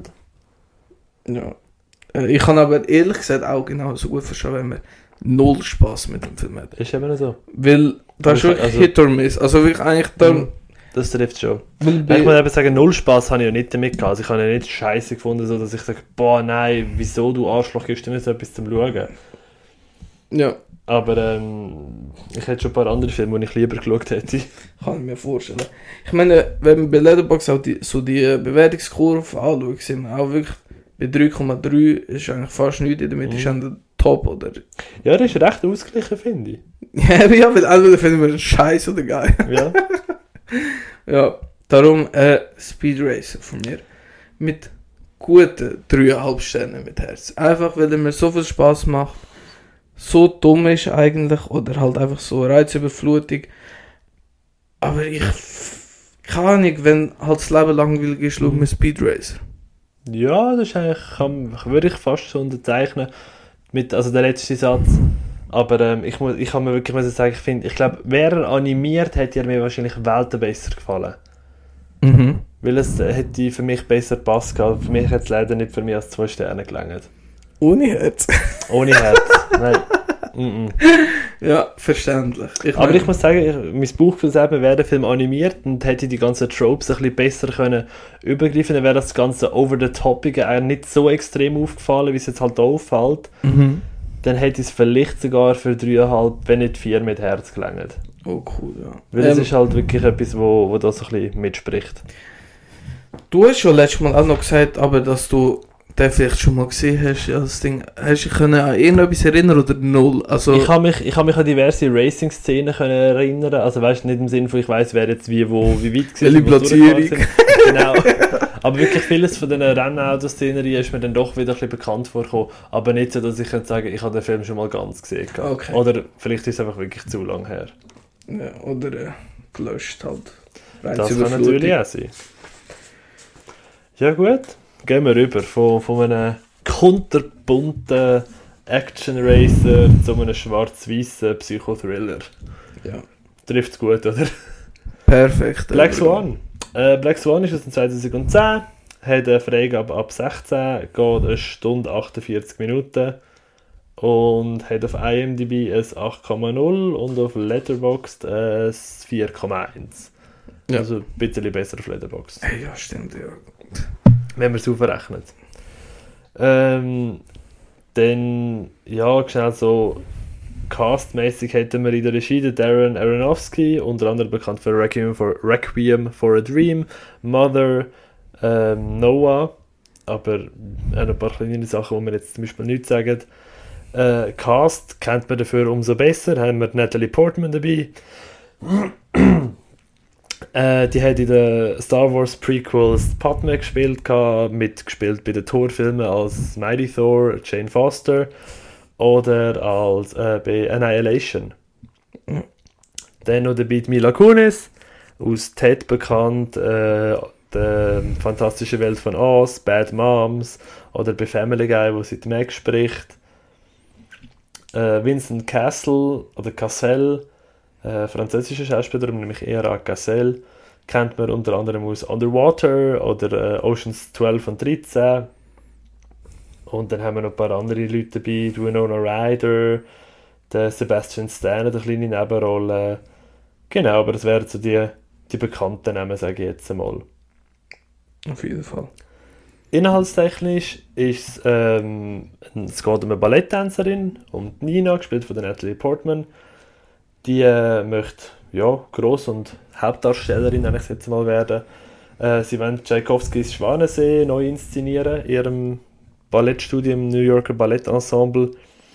ja. Äh, Ich kann aber ehrlich gesagt auch genauso gut verstehen, wenn man null Spass mit dem Film hat. Ist eben so. Weil da ist Also- wirklich also- Hit or Miss. Also wirklich eigentlich da, Mhm. Das trifft schon. weil Ich muss bei, eben sagen, null Spass habe ich ja nicht damit gehabt. Also ich habe ja nicht scheiße gefunden, so dass ich sage, boah nein, wieso du Arschloch gibst du mir so etwas zum Schauen. ja, Aber ähm, ich hätte schon ein paar andere Filme, die ich lieber geschaut hätte. kann ich mir vorstellen. Ich meine, wenn man bei Letterboxd auch die, so die äh, Bewertungskurve anschaut, sind wir auch wirklich bei drei Komma drei ist eigentlich fast nichts in der Mitte, Mhm. ist an der Top, oder? Ja, das ist recht ausgeglichen, finde ich. Ja, ja, weil alle finden wir scheiße oder geil. Ja. Ja, darum äh, Speed Racer von mir. Mit guten dreieinhalb Sternen mit Herz. Einfach, weil er mir so viel Spaß macht. So dumm ist eigentlich. Oder halt einfach so Reizüberflutung. Aber ich... Keine Ahnung, wenn halt das Leben langweilig ist, schau mir Speed Racer. Ja, das ist eigentlich, kann, würde ich fast so unterzeichnen, mit, also der letzte Satz. Aber ähm, ich, muss, ich kann mir wirklich müssen sagen, ich finde, ich glaube, wäre er animiert, hätte er mir wahrscheinlich Welten besser gefallen. Mhm. Weil es äh, hätte für mich besser gepasst gehabt. Für mich hat es leider nicht für mich als zwei Sterne gelangt. Ohne Herz. Ohne Herz. Nein. Mm-mm. Ja, verständlich. Ich Aber meine- ich muss sagen, ich, mein Bauchgefühl sagt, wäre der Film animiert und hätte die ganzen Tropes ein bisschen besser können übergreifen, dann wäre das ganze Over-the-Topige eigentlich nicht so extrem aufgefallen, wie es jetzt halt auffällt. Mhm. Dann hätte es vielleicht sogar für dreieinhalb, wenn nicht vier mit Herz gelangt. Oh cool, ja. Weil es Ähm, ist halt wirklich etwas, wo, wo da so ein bisschen mitspricht. Du hast schon letztes Mal auch noch gesagt, aber dass du den vielleicht schon mal gesehen hast, ja, das Ding. Hast du dich können an irgendetwas erinnern oder null? Also, Ich kann mich, ich kann mich an diverse Racing-Szenen können erinnern, also weißt nicht im Sinne von, ich weiss, wer jetzt wie, wo, wie weit Welche wo sie durchgefahren Platzierung. sind. Genau. Aber wirklich vieles von diesen Rennauto-Szenerien ist mir dann doch wieder ein bisschen bekannt vorgekommen, aber nicht so, dass ich kann sagen, ich habe den Film schon mal ganz gesehen. gehabt. Okay. Oder vielleicht ist es einfach wirklich zu lang her. ja, oder äh, gelöscht halt. Das kann natürlich auch sein. Ja gut, gehen wir rüber von, von einem kunterbunten Action-Racer zu einem schwarz-weißen Psychothriller. Ja. Trifft's gut, oder? Perfekt. Black Übergang. Swan. Äh, Black Swan ist aus dem zweitausendzehn, hat eine Freigabe ab sechzehn, geht eine Stunde achtundvierzig Minuten und hat auf IMDb ein acht Komma null und auf Letterboxd ein vier Komma eins. Ja. Also ein bisschen besser auf Letterboxd. Hey, ja, stimmt, ja. Wenn man es aufrechnet. Ähm, dann, ja, schnell so castmäßig hätten wir in der Regie den Darren Aronofsky, unter anderem bekannt für Requiem for, Requiem for a Dream, Mother, ähm, Noah, aber auch noch ein paar kleine Sachen, die wir jetzt zum Beispiel nicht sagen. Äh, Cast kennt man dafür umso besser, haben wir Natalie Portman dabei. Äh, die hat in den Star Wars Prequels Padme gespielt, mitgespielt bei den Thor-Filmen als Mighty Thor, Jane Foster oder als äh, bei Annihilation. Mhm. Dann noch dabei Mila Kunis, aus Ted bekannt, äh, die fantastische Welt von Oz, Bad Moms oder bei Family Guy, wo sie die Meg spricht. Äh, Vincent Cassel oder Cassel, Äh, französischer Schauspieler, nämlich eher Cassel, kennt man unter anderem aus Underwater oder äh, Oceans zwölf und dreizehn. Und dann haben wir noch ein paar andere Leute dabei, die Winona Ryder, der Sebastian Stan, eine kleine Nebenrolle. Genau, aber das wären so die, die bekannten Namen, sage ich jetzt einmal. Auf jeden Fall. Inhaltstechnisch ist es, ähm, es geht um eine Balletttänzerin, um Nina, gespielt von der Natalie Portman. Die äh, möchte ja, Gross- und Hauptdarstellerin, nenne ich es jetzt mal, werden. Äh, sie wollen Tchaikovskys Schwanensee neu inszenieren, in ihrem Ballettstudio im New Yorker Ballettensemble.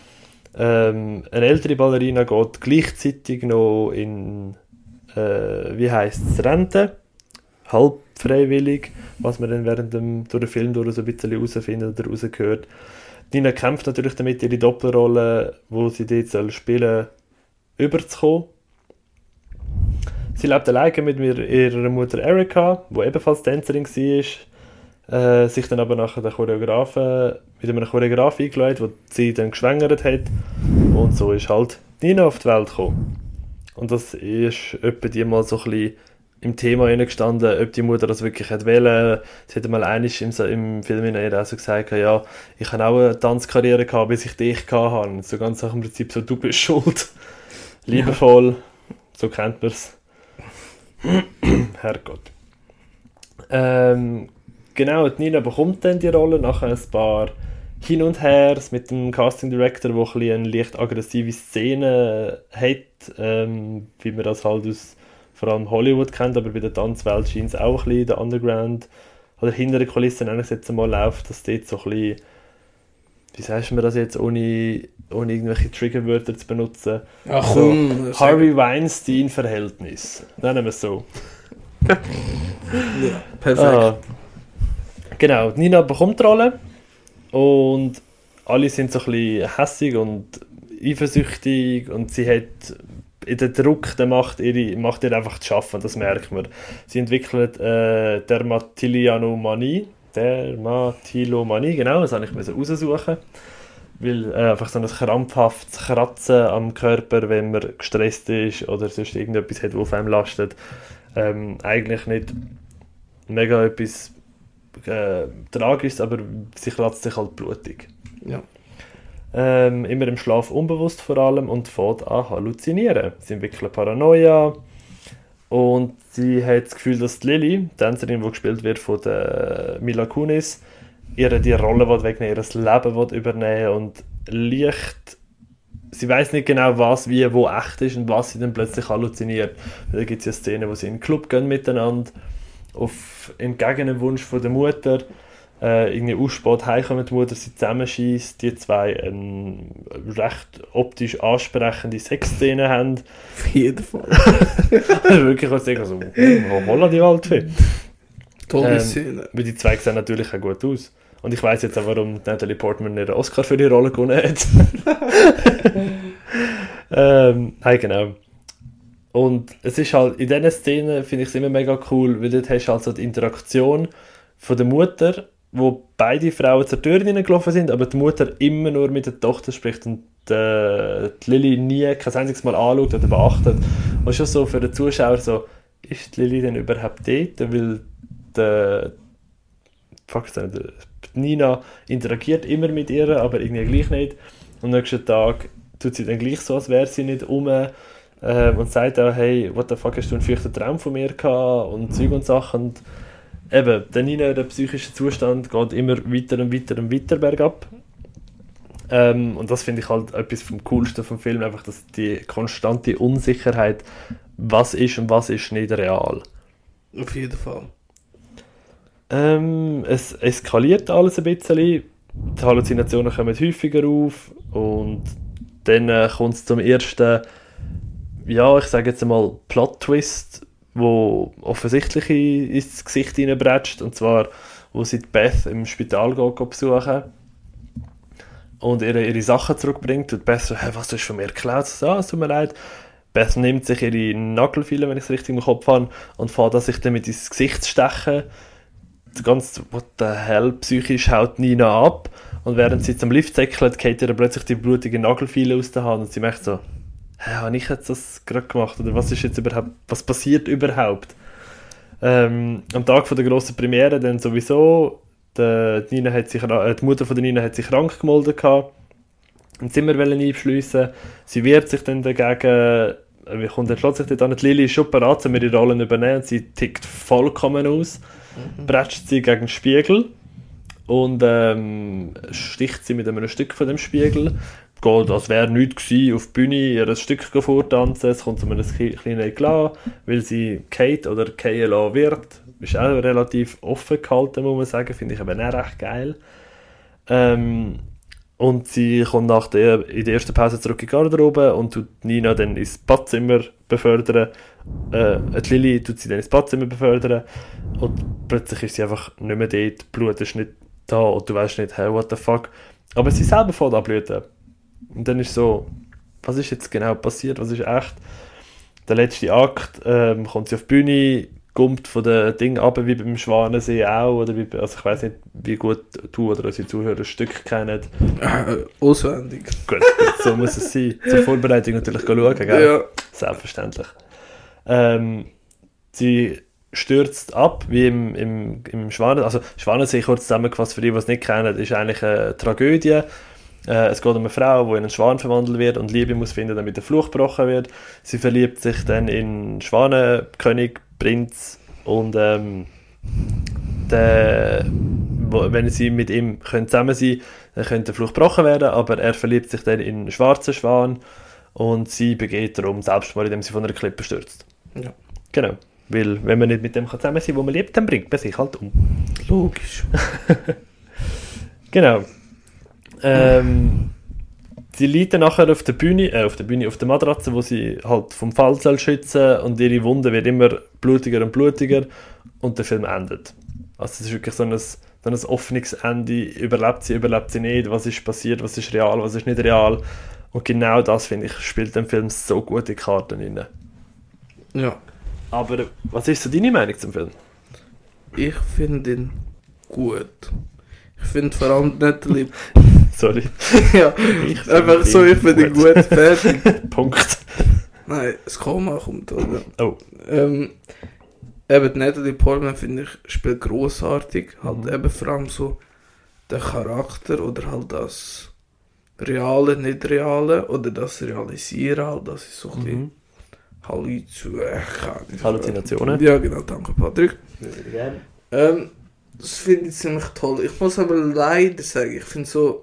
Ähm, eine ältere Ballerina geht gleichzeitig noch in, äh, wie heisst es, Rente, halb freiwillig, was man dann während dem durch den Film durch so ein bisschen herausfindet oder rausgehört. Nina kämpft natürlich damit, ihre Doppelrolle, die sie dort soll spielen soll, überzukommen. Sie lebt alleine mit ihrer Mutter Erika, die ebenfalls Tänzerin war, äh, sich dann aber nachher der Choreografen, mit einem Choreograf eingeladen, der sie dann geschwängert hat. Und so ist halt Nina auf die Welt gekommen. Und das ist etwa die mal so ein bisschen im Thema gestanden, ob die Mutter das wirklich hat wollen. Sie hat mal einmal im, im Film auch so gesagt, ja, ich habe auch eine Tanzkarriere gehabt, bis ich dich hatte. So ganz nach dem Prinzip so, du bist schuld. Liebevoll, ja. So kennt man es. Herrgott. Ähm, genau, die Nina bekommt dann die Rolle nach ein paar Hin und Hers mit dem Casting Director, der ein bisschen eine leicht aggressive Szene hat, ähm, wie man das halt aus vor allem Hollywood kennt, aber bei der Tanzwelt scheint es auch ein bisschen der Underground oder hinter den Kulissen nenne ich es jetzt einmal läuft, dass dort so ein bisschen, wie sagst du mir das jetzt, ohne, ohne irgendwelche Triggerwörter zu benutzen? Ach komm. So, Harvey Weinstein-Verhältnis. Nennen wir es so. Ja, perfekt. Ah, genau, Nina bekommt die Rolle und alle sind so ein bisschen hässig und eifersüchtig und sie hat den Druck, der macht, ihre, macht ihr einfach zu schaffen, das merkt man. Sie entwickelt äh, Dermatilomanie, Dermatilomanie, genau, das musste ich raussuchen. Weil äh, einfach so ein krampfhaftes Kratzen am Körper, wenn man gestresst ist oder sonst irgendetwas hat, das auf einem lastet. Ähm, eigentlich nicht mega etwas äh, Tragisches, aber sie kratzt sich halt blutig. Ja. Ähm, immer im Schlaf unbewusst vor allem und fängt an halluzinieren. Sie entwickelt Paranoia und sie hat das Gefühl, dass die Lily, die Tänzerin, die gespielt wird von der Mila Kunis, ihre die Rolle wegnehmen, ihr Leben übernehmen und leicht, sie weiß nicht genau was, wie, wo echt ist und was sie dann plötzlich halluziniert. Da gibt es ja Szenen, wo sie in den Club gehen miteinander, auf entgegen dem Wunsch von der Mutter, äh, irgendwie ausspät heimkommen, die Mutter sie zusammenschießt, die zwei eine recht optisch ansprechende Sexszene haben. Auf jeden Fall. Wirklich, ich sagen, so, wo holen die Waldfee? Tolle ähm, Szene. Weil die zwei sehen natürlich auch gut aus. Und ich weiss jetzt auch, warum Natalie Portman einen Oscar für die Rolle gewonnen hat. ähm, hey, genau. Und es ist halt, in diesen Szenen finde ich es immer mega cool, weil dort hast du halt so die Interaktion von der Mutter, wo beide Frauen zur Tür hineingelaufen sind, aber die Mutter immer nur mit der Tochter spricht und äh, die Lily nie kein einziges Mal anschaut oder beachtet. Und schon so für den Zuschauer so, ist die Lily denn überhaupt dort? Weil die, fuck, die Nina interagiert immer mit ihr, aber irgendwie gleich nicht. Und am nächsten Tag tut sie dann gleich so, als wäre sie nicht um äh, und sagt auch, hey, what the fuck, hast du einen feuchten Traum von mir gehabt und Zeug und Sachen. Und eben, der Nina, der psychische Zustand geht immer weiter und weiter und weiter bergab. Ähm, und das finde ich halt etwas vom Coolsten vom Film, einfach dass die konstante Unsicherheit, was ist und was ist nicht real. Auf jeden Fall. Ähm, es eskaliert alles ein bisschen, die Halluzinationen kommen häufiger auf und dann äh, kommt es zum ersten, ja, ich sage jetzt einmal Plot-Twist, wo offensichtlich ins Gesicht hineinbretscht, und zwar, wo sie die Beth im Spital geht, besuchen und ihre, ihre Sachen zurückbringt und Beth so, hey, was, du hast von mir geklaut? So, ah, es tut mir leid. Beth nimmt sich ihre Nagelfeile, wenn ich es richtig im Kopf habe, und fährt an, sich damit ins Gesicht zu stechen. Ganz, what the hell, psychisch haut Nina ab, und während sie zum Lift säckelt, geht ihr plötzlich die blutige Nagelfeile aus der Hand und sie merkt so, hä, habe ich jetzt das gerade gemacht, oder was ist jetzt überhaupt, was passiert überhaupt? Ähm, am Tag von der grossen Premiere dann sowieso, die, die, Nina hat sich, äh, die Mutter von der Nina hat sich krank gemeldet gehabt, ein Zimmer wollen einschliessen, sie wehrt sich dann dagegen, wie kommt dann plötzlich dort an, die Lily ist schon bereit, um ihre Rollen übernehmen, und sie tickt vollkommen aus, mhm. bretscht sie gegen den Spiegel und ähm, sticht sie mit einem Stück von dem Spiegel, geht, als wäre nichts gewesen, auf die Bühne ihr ein Stück vortanzen, es kommt zu einem kleinen Eklat, weil sie Kate oder K L A wird, ist auch relativ offen gehalten, muss man sagen, finde ich aber auch recht geil. Ähm, und sie kommt nach der, in der ersten Pause zurück in die Garderobe und tut Nina dann ins Badzimmer befördern, äh, die Lily tut sie dann ins Badzimmer befördern und plötzlich ist sie einfach nicht mehr dort, Blut ist nicht da und du weißt nicht, hey, what the fuck, aber sie selber fängt an bluten. Und dann ist so, was ist jetzt genau passiert, was ist echt? Der letzte Akt, ähm, kommt sie auf die Bühne, kommt von den Dingen ab, wie beim Schwanensee auch, oder wie, also ich weiss nicht, wie gut du oder unsere Zuhörer das Stück kennen. Äh, auswendig. Gut, so muss es sein. Zur Vorbereitung natürlich schauen, gell? Ja. Selbstverständlich. Ähm, sie stürzt ab, wie im, im, im Schwanensee, also Schwanensee, kurz zusammengefasst, für die, die es nicht kennen, ist eigentlich eine Tragödie. Äh, es geht um eine Frau, die in einen Schwan verwandelt wird und Liebe muss finden, damit der Fluch gebrochen wird. Sie verliebt sich dann in Schwanenkönig, Prinz, und ähm, der, wo, wenn sie mit ihm können zusammen sein können, dann könnte der Fluch gebrochen werden, aber er verliebt sich dann in einen schwarzen Schwan und sie begeht darum Selbstmord, indem sie von einer Klippe stürzt. Ja. Genau. Weil, wenn man nicht mit dem zusammen sein kann, wo man liebt, dann bringt man sich halt um. Logisch. Genau. Ähm, sie liegt dann nachher auf der Bühne, äh, auf der Bühne, auf der Matratze, wo sie halt vom Fall soll schützen, und ihre Wunde wird immer blutiger und blutiger und der Film endet. Also es ist wirklich so ein, so ein offenes Ende, überlebt sie, überlebt sie nicht, was ist passiert, was ist real, was ist nicht real, und genau das, finde ich, spielt dem Film so gute Karten rein. Ja. Aber was ist so deine Meinung zum Film? Ich finde ihn gut. Ich finde vor allem Natalie... Sorry. Ja, ich einfach so, ich finde ihn gut, fertig. Punkt. Nein, das Koma kommt, oder? Oh. Ähm, eben, Natalie Portman, finde ich, spielt grossartig. Halt Mhm. eben vor allem so der Charakter oder halt das Reale, nicht Reale oder das Realisieren, halt, das ist so ein bisschen Mhm. Halluzi- äh, keine Ahnung. Halluzinationen. Ja, genau, danke Patrick. Gerne. Ähm, das finde ich ziemlich toll. Ich muss aber leider sagen, ich finde so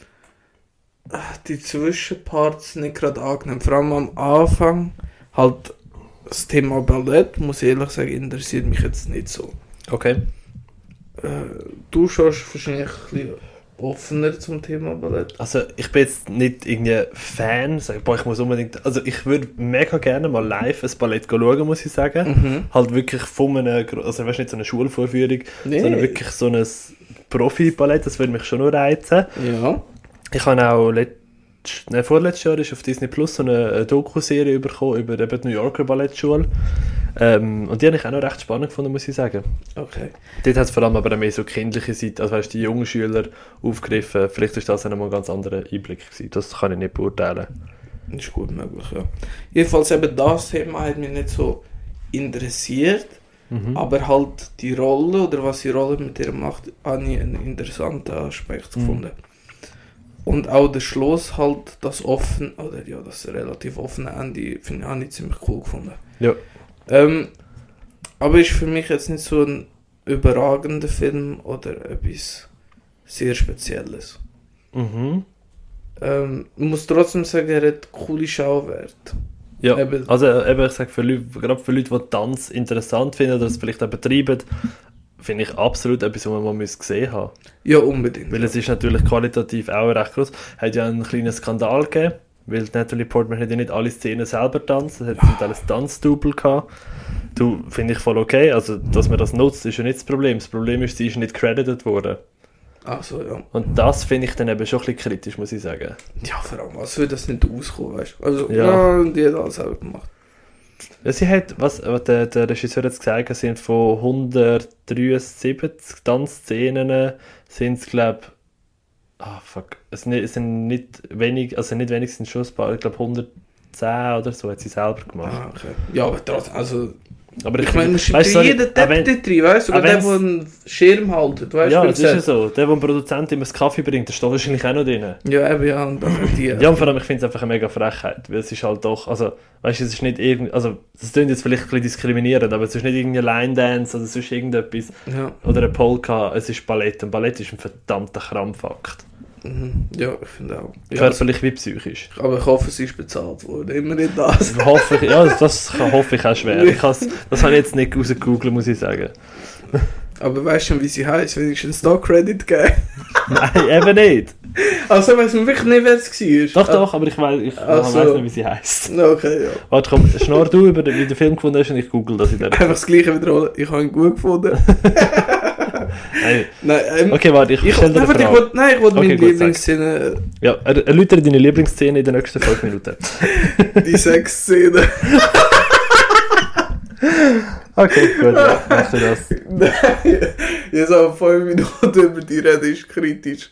äh, die Zwischenparts nicht gerade angenehm. Vor allem am Anfang halt das Thema Ballett, muss ich ehrlich sagen, interessiert mich jetzt nicht so. Okay. Äh, du schaust wahrscheinlich ein bisschen offener zum Thema Ballett. Also ich bin jetzt nicht irgendwie Fan, sag, boah, ich muss unbedingt, also ich würde mega gerne mal live ein Ballett schauen, muss ich sagen. Mhm. Halt wirklich von einem, also weißt, nicht so eine Schulvorführung, Nee. sondern wirklich so ein Profi-Ballett, das würde mich schon noch reizen. Ja. Ich habe auch letzt, nein, vorletztes Jahr ist auf Disney Plus so eine, eine Doku-Serie bekommen über eben die New Yorker Ballettschule. Ähm, und die habe ich auch noch recht spannend gefunden, muss ich sagen. Okay. Dort hat es vor allem aber auch mehr so kindliche Seite, also weißt, die jungen Schüler aufgegriffen. Vielleicht ist das auch nochmal ein ganz anderer Einblick gewesen. Das kann ich nicht beurteilen. Ist gut möglich, ja. Jedenfalls eben das Thema hat mich nicht so interessiert, Mhm. aber halt die Rolle oder was die Rolle mit ihr macht, habe ich einen interessanten Aspekt Mhm. gefunden. Und auch der Schluss halt, das offen, oder ja, das relativ offene Ende, finde ich, habe ich ziemlich cool gefunden. Ja. Ähm, aber ist für mich jetzt nicht so ein überragender Film oder etwas sehr Spezielles. Mhm. Ähm, ich muss trotzdem sagen, er hat coole Schauwerte. Ja, Eben. also äh, eben, ich sage, für Leute, gerade für Leute, die Tanz interessant finden oder es vielleicht auch betreiben, finde ich absolut etwas, was man mal gesehen haben muss. Ja, unbedingt. Weil es ist natürlich qualitativ auch recht groß. Es hat ja einen kleinen Skandal gegeben, weil Natalie Portman hat ja nicht alle Szenen selber tanzt, es hat zum Teil ein Tanzdouble gehabt. Du, finde ich voll okay, also dass man das nutzt, ist ja nicht das Problem. Das Problem ist, sie ist nicht credited worden. Ach so, ja. Und das finde ich dann eben schon ein bisschen kritisch, muss ich sagen. Ja, vor allem, als würde das nicht auskommen, weißt du? Also, Ja. ja, die hat alles selber gemacht. Ja, sie hat, was, was der, der Regisseur hat gesagt, es sind von hundertdreiundsiebzig Tanzszenen, sind es, glaube ich, ah, fuck, es sind nicht- es sind nicht wenig, also nicht wenig sind schon ein paar, ich glaube hundertzehn oder so hat sie selber gemacht. Ah, okay. Ja, aber trotzdem, also, Aber ich meine, man schreibt weißt du, für jeden auch Depp wenn- dort rein, weißt du? Sogar auch der, wenn's- der einen Schirm haltet, weißt du? Ja, beim das ist ja Set. so. Der, der dem Produzent immer das Kaffee bringt, der steht wahrscheinlich auch noch drin. Ja, eben, ja, und dann hat die. Ja, und vor allem, ich finde es einfach eine mega Frechheit, weil es ist halt doch, also, weißt du, es ist nicht irgend, also, das klingt jetzt vielleicht ein bisschen diskriminierend, aber es ist nicht irgendein Line-Dance oder sonst irgendetwas, Ja. oder eine Polka, es ist Ballett, und Ballett ist ein verdammter Krampfakt. Mhm. Ja, ich finde auch. Ja, Körperlich wie psychisch. aber ich hoffe, sie ist bezahlt worden. Immer nicht das. Hoffe ich, ja, das kann, hoffe ich auch schwer. Ich has, das habe ich jetzt nicht rausgegoogelt, muss ich sagen. Aber weißt du schon, wie sie heißt? Wenigstens da Credit geben. Nein, eben nicht. Also, weiss man wirklich nicht, wer es war. Doch, doch, aber ich weiß ich Ach so. weiss nicht, wie sie heisst. Ah, okay, ja. Warte, komm, schnarr du über den, wie der Film gefunden hast und ich google das in der. Einfach das Gleiche wiederholen. Ich habe ihn gut gefunden. Nein. Nein, ähm, Okay, warte, ich ich, stelle dir nein, eine warte, ich Frage. wollte, nein, ich wollte Okay, meine gut, Lieblingsszene, Ja, er- erläutere deine Lieblingsszene in den nächsten fünf Minuten. die Sexszene. Okay, gut, ja, machst du das. Nein, jetzt aber fünf Minuten über die reden ist kritisch.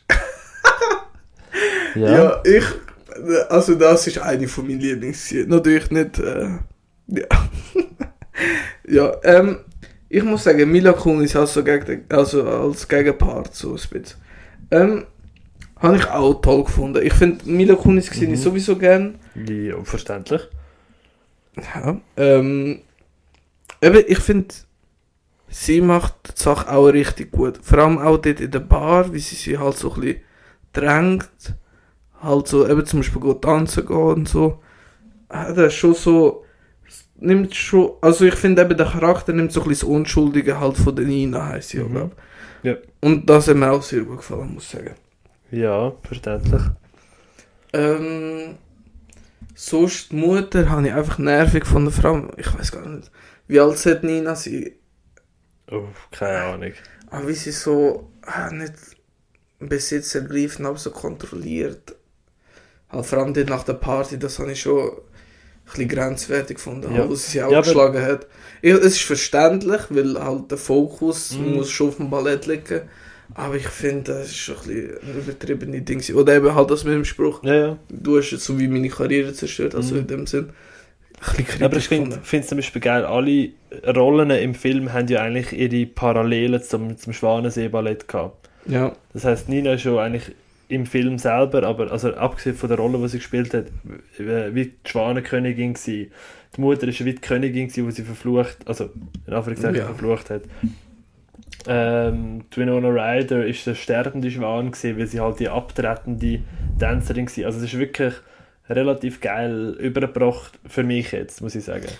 Ja. Ja, ich, also das ist eine von meinen Lieblingsszenen. Natürlich nicht, äh, ja. Ja, ähm, ich muss sagen, Mila Kunis also, gegen, also als Gegenpart so ein bisschen. Ähm, habe ich auch toll gefunden. Ich finde, Mila Kunis sehe Mhm. ich sowieso gern. Ja, verständlich. Ja. Ähm, eben, ich finde, sie macht die Sache auch richtig gut. Vor allem auch dort in der Bar, wie sie sie halt so ein bisschen drängt. Halt so, eben zum Beispiel go tanzen gehen und so. Ah, das ist schon so, nimmt schon, also ich finde eben, der Charakter nimmt so ein bisschen das Unschuldige halt von der Nina, heisst sie ja, Mhm. glaube Ja. Und das hat mir auch sehr gut gefallen, muss ich sagen. Ja, verständlich. Ähm, sonst die Mutter habe ich einfach nervig von der Frau. Ich weiß gar nicht, wie alt sollte Nina sein? Oh, keine Ahnung. Aber wie sie so ah, nicht Besitz ergreifen, aber so kontrolliert. Halt, vor allem dort nach der Party, das habe ich schon ein bisschen grenzwertig gefunden, Ja. halt, wo sie sich auch Ja, aber- geschlagen hat. Ich, es ist verständlich, weil halt der Fokus Mhm. muss schon auf dem Ballett liegen. Aber ich finde, das ist schon ein bisschen ein übertriebene Ding. Oder eben halt das mit dem Spruch, Ja, ja. du hast jetzt so wie meine Karriere zerstört, also Mhm. in dem Sinn. Ein bisschen Ja, aber ich kritisch finde gefunden. es zum Beispiel geil, alle Rollen im Film haben ja eigentlich ihre Parallelen zum, zum Schwanensee-Ballett gehabt. Ja. Das heisst, Nina ist schon eigentlich im Film selber, aber also abgesehen von der Rolle, die sie gespielt hat, wie wie die Schwanenkönigin gsi. Die Mutter ist wie die Königin gsi, die sie verflucht, also in Anführungszeichen Ja. verflucht hat. Ähm, die Winona Ryder ist der sterbende Schwan gsi, weil sie halt die abtretende Tänzerin gsi. Also es ist wirklich relativ geil übergebracht für mich jetzt, muss ich sagen.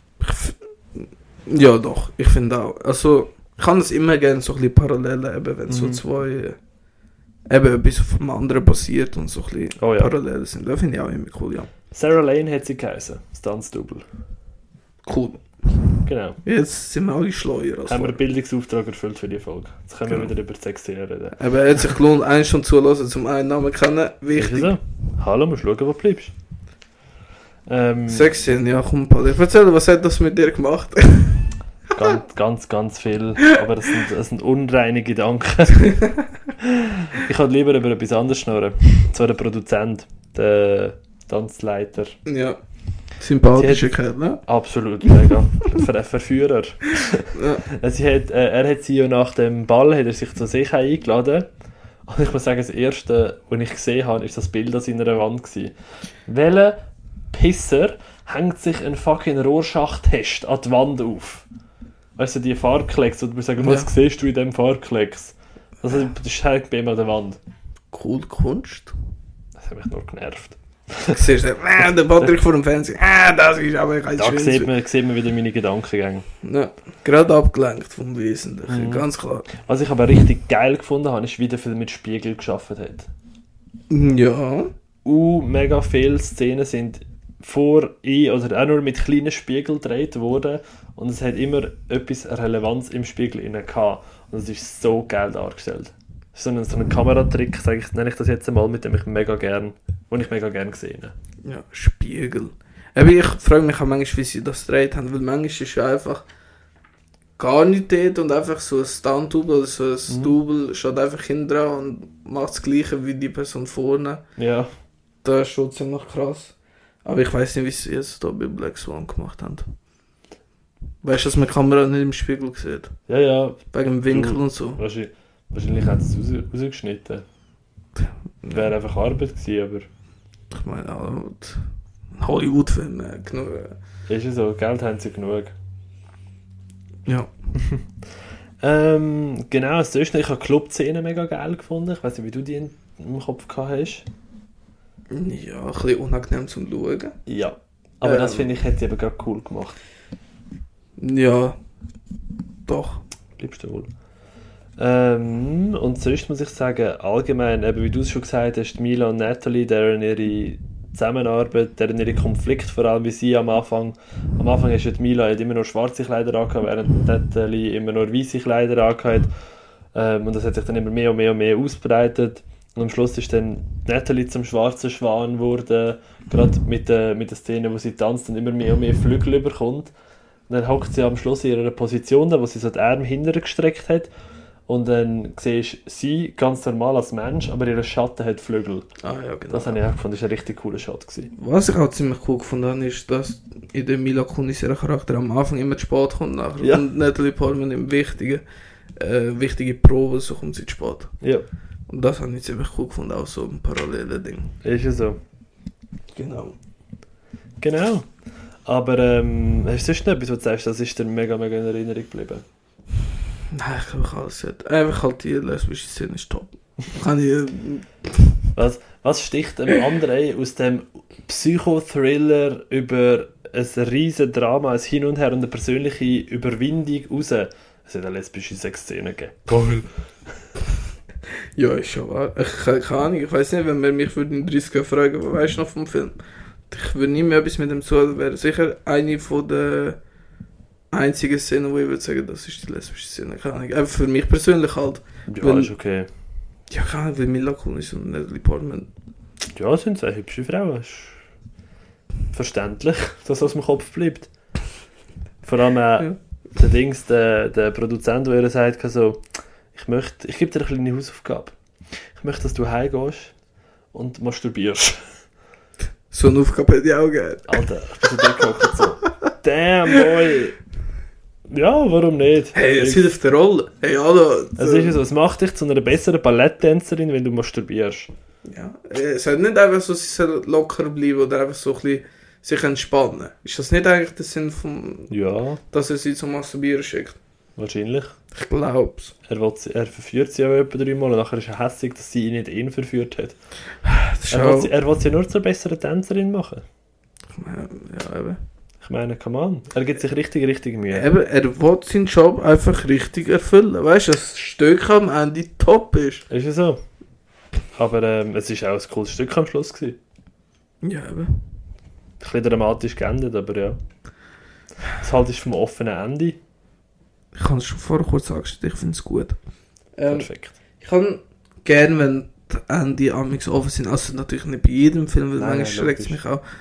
Ja, doch, ich finde auch. Also, ich kann es immer gerne so ein bisschen parallel eben, wenn so Mhm. zwei äh, eben etwas vom anderen passiert und so ein bisschen Oh ja. parallel sind. Das finde ich auch immer cool, ja. Sarah Lane hat sie geheißen, das Tanzdouble. Cool. Genau. Jetzt sind wir alle schleuer als Haben wir vorher. einen Bildungsauftrag erfüllt für die Folge. Jetzt können Genau. wir wieder über die Sexszene reden. Eben, er hat sich gelohnt, eins schon zulassen, zum einen Namen kennen. Ist Wichtig. so? Hallo, musst schauen, wo du bleibst. Ähm, Sexszenen, ja, komm, Paul. Erzähl, was hat das mit dir gemacht? ganz, ganz, ganz viel. Aber das sind, das sind unreine Gedanken. Ich wollte lieber über etwas anderes schnurren. Zwar der Produzent, der Tanzleiter. Ja. Sympathischer hat, Kerl, ne? Absolut, mega. Ver Verführer. Ja. Sie hat, äh, er hat sie ja nach dem Ball hat er sich zu sich eingeladen. Und ich muss sagen, das erste, was ich gesehen habe, ist das Bild an seiner Wand gewesen. Welcher Pisser hängt sich ein fucking Rohrschachttest an die Wand auf? Weißt du, die Farbklecks, und wir sagen, was ja. siehst du in diesem Farbklecks? Also, das hängt bei ihm an der Wand. Cool Kunst. Das hat mich nur genervt. Du siehst, äh, der Patrick vor dem Fernsehen, äh, das ist aber kein Da sieht man, sieht man wieder meine Gedankengänge. Ja, gerade abgelenkt vom Wesentlichen, mhm. ganz klar. Was ich aber richtig geil gefunden habe, ist, wie der Film mit Spiegel geschafft hat. Ja. Uh, mega viele Szenen sind vor ein oder auch nur mit kleinen Spiegeln gedreht worden und es hat immer etwas Relevanz im Spiegel inne gehabt. Und es ist so geil dargestellt. So ein, so ein Kameratrick, sage ich, nenne ich das jetzt einmal, mit dem ich mega gern, den ich mega gern gesehen habe. Ja, Spiegel. Aber ich frage mich auch manchmal, wie sie das gedreht haben, weil manchmal ist ja einfach gar nicht dort und einfach so ein Stunt-Double oder so ein mhm. Double steht einfach hinten dran und macht das Gleiche wie die Person vorne. Ja. Das ist schon ziemlich krass. Aber ich weiß nicht, wie sie jetzt hier bei Black Swan gemacht haben. Weißt du, dass man die Kamera nicht im Spiegel sieht? Ja, ja. Wegen dem Winkel du, und so. Wahrscheinlich, wahrscheinlich hat es raus, rausgeschnitten. Ja. Wäre einfach Arbeit gewesen, aber... Ich meine, ein Hollywood-Film, äh, genug. Ist ja so, Geld haben sie genug. Ja. ähm, genau, das ist, ich habe die Club-Szene mega geil gefunden. Ich weiß nicht, wie du die in, im Kopf gehabt hast. Ja, ein bisschen unangenehm zum Schauen. Ja, aber ähm, das finde ich, hat sie eben gerade cool gemacht. Ja, doch. Bleibst du wohl. Ähm, und sonst muss ich sagen, allgemein, eben wie du es schon gesagt hast, Mila und Natalie, deren ihre Zusammenarbeit, deren ihre Konflikte, vor allem wie sie am Anfang, am Anfang hast du die Mila hat immer noch schwarze Kleider angehabt, während Natalie immer noch weiße Kleider angehabt. Ähm, und das hat sich dann immer mehr und mehr und mehr ausbreitet. Und am Schluss ist dann Natalie zum schwarzen Schwan geworden, gerade mit der, mit der Szene, wo sie tanzt und immer mehr und mehr Flügel bekommt. Und dann hockt sie am Schluss in ihrer Position da, wo sie so die Arme hinterher gestreckt hat. Und dann siehst du sie ganz normal als Mensch, aber ihr Schatten hat Flügel. Ah, ja, genau. Das habe ich auch gefunden, das war ein richtig cooler Shot gewesen. Was ich auch ziemlich cool gefunden habe, ist, dass in der Mila Kunis ihrer Charakter am Anfang immer zu spät kommt nachher. Ja. Und Natalie Portman im wichtigen, äh, wichtige Probe, so kommt sie zu spät. Ja. Und das habe ich ziemlich cool gefunden, auch so ein paralleles Ding. Ist ja so. Genau. Genau. Aber ähm, hast du sonst noch etwas, was du sagst, das ist dir mega, mega in Erinnerung geblieben? Nein, ich glaube, alles hat. Einfach halt die lesbische Szene ist top. Kann ich... Äh, was, was sticht einem anderen aus dem Psychothriller über ein riesen Drama, ein Hin und Her und eine persönliche Überwindung raus? Es hat eine lesbische Sexszene gegeben. Geil. Ja, ist schon wahr. Ich keine Ahnung, ich weiß nicht, wenn man mich in dreißig Jahren fragen, was weißt du noch vom Film? Ich würde nie mehr etwas mit dem zu, das wäre sicher eine von der einzigen Szenen, wo ich würde sagen, das ist die lesbische Szene. Keine Ahnung. Einfach für mich persönlich halt. Ja, weil, ist okay. Ja, keine Ahnung, weil Mila Kunis und Natalie Portman. Ja, das sind zwei hübsche Frauen. Ist verständlich, dass das im Kopf bleibt. Vor allem äh, ja. der Dings, der, der Produzent, der ihr sagt, so, ich möchte, ich gebe dir eine kleine Hausaufgabe. Ich möchte, dass du heimgehst und masturbierst. So eine Aufgabe hätte ich auch gegeben. Alter, ich bin so durchgehockt so. Damn, boy. Ja, warum nicht? Hey, es ist auf der Rolle. Hey, hallo. Es ist so, es macht dich zu einer besseren Balletttänzerin, wenn du masturbierst. Ja, es sollte nicht einfach so sie locker bleiben oder einfach so ein bisschen sich entspannen. Ist das nicht eigentlich der Sinn vom... Ja. Dass er sie zum Masturbieren schickt? Wahrscheinlich. Ich glaub's. Er, will, er verführt sie ja etwa dreimal und nachher ist er hässlich, dass sie ihn nicht ihn verführt hat. Er will, sie, er will sie nur zur besseren Tänzerin machen. Ich meine, ja, eben. Ich meine, come on. Er gibt sich richtig, richtig Mühe. Eben, er will seinen Job einfach richtig erfüllen. Weißt du, dass das Stück am Ende top ist. Ist ja so. Aber ähm, es war auch ein cooles Stück am Schluss gewesen. Ja, eben. Ein bisschen dramatisch geendet, aber ja. Das halt ist vom offenen Ende. Ich kann es schon vorher kurz angestellt, ich finde es gut. Ähm, Perfekt. Ich kann gerne, wenn die Ende amigs offen sind, also natürlich nicht bei jedem Film, weil nein, manchmal schreckt es mich auch.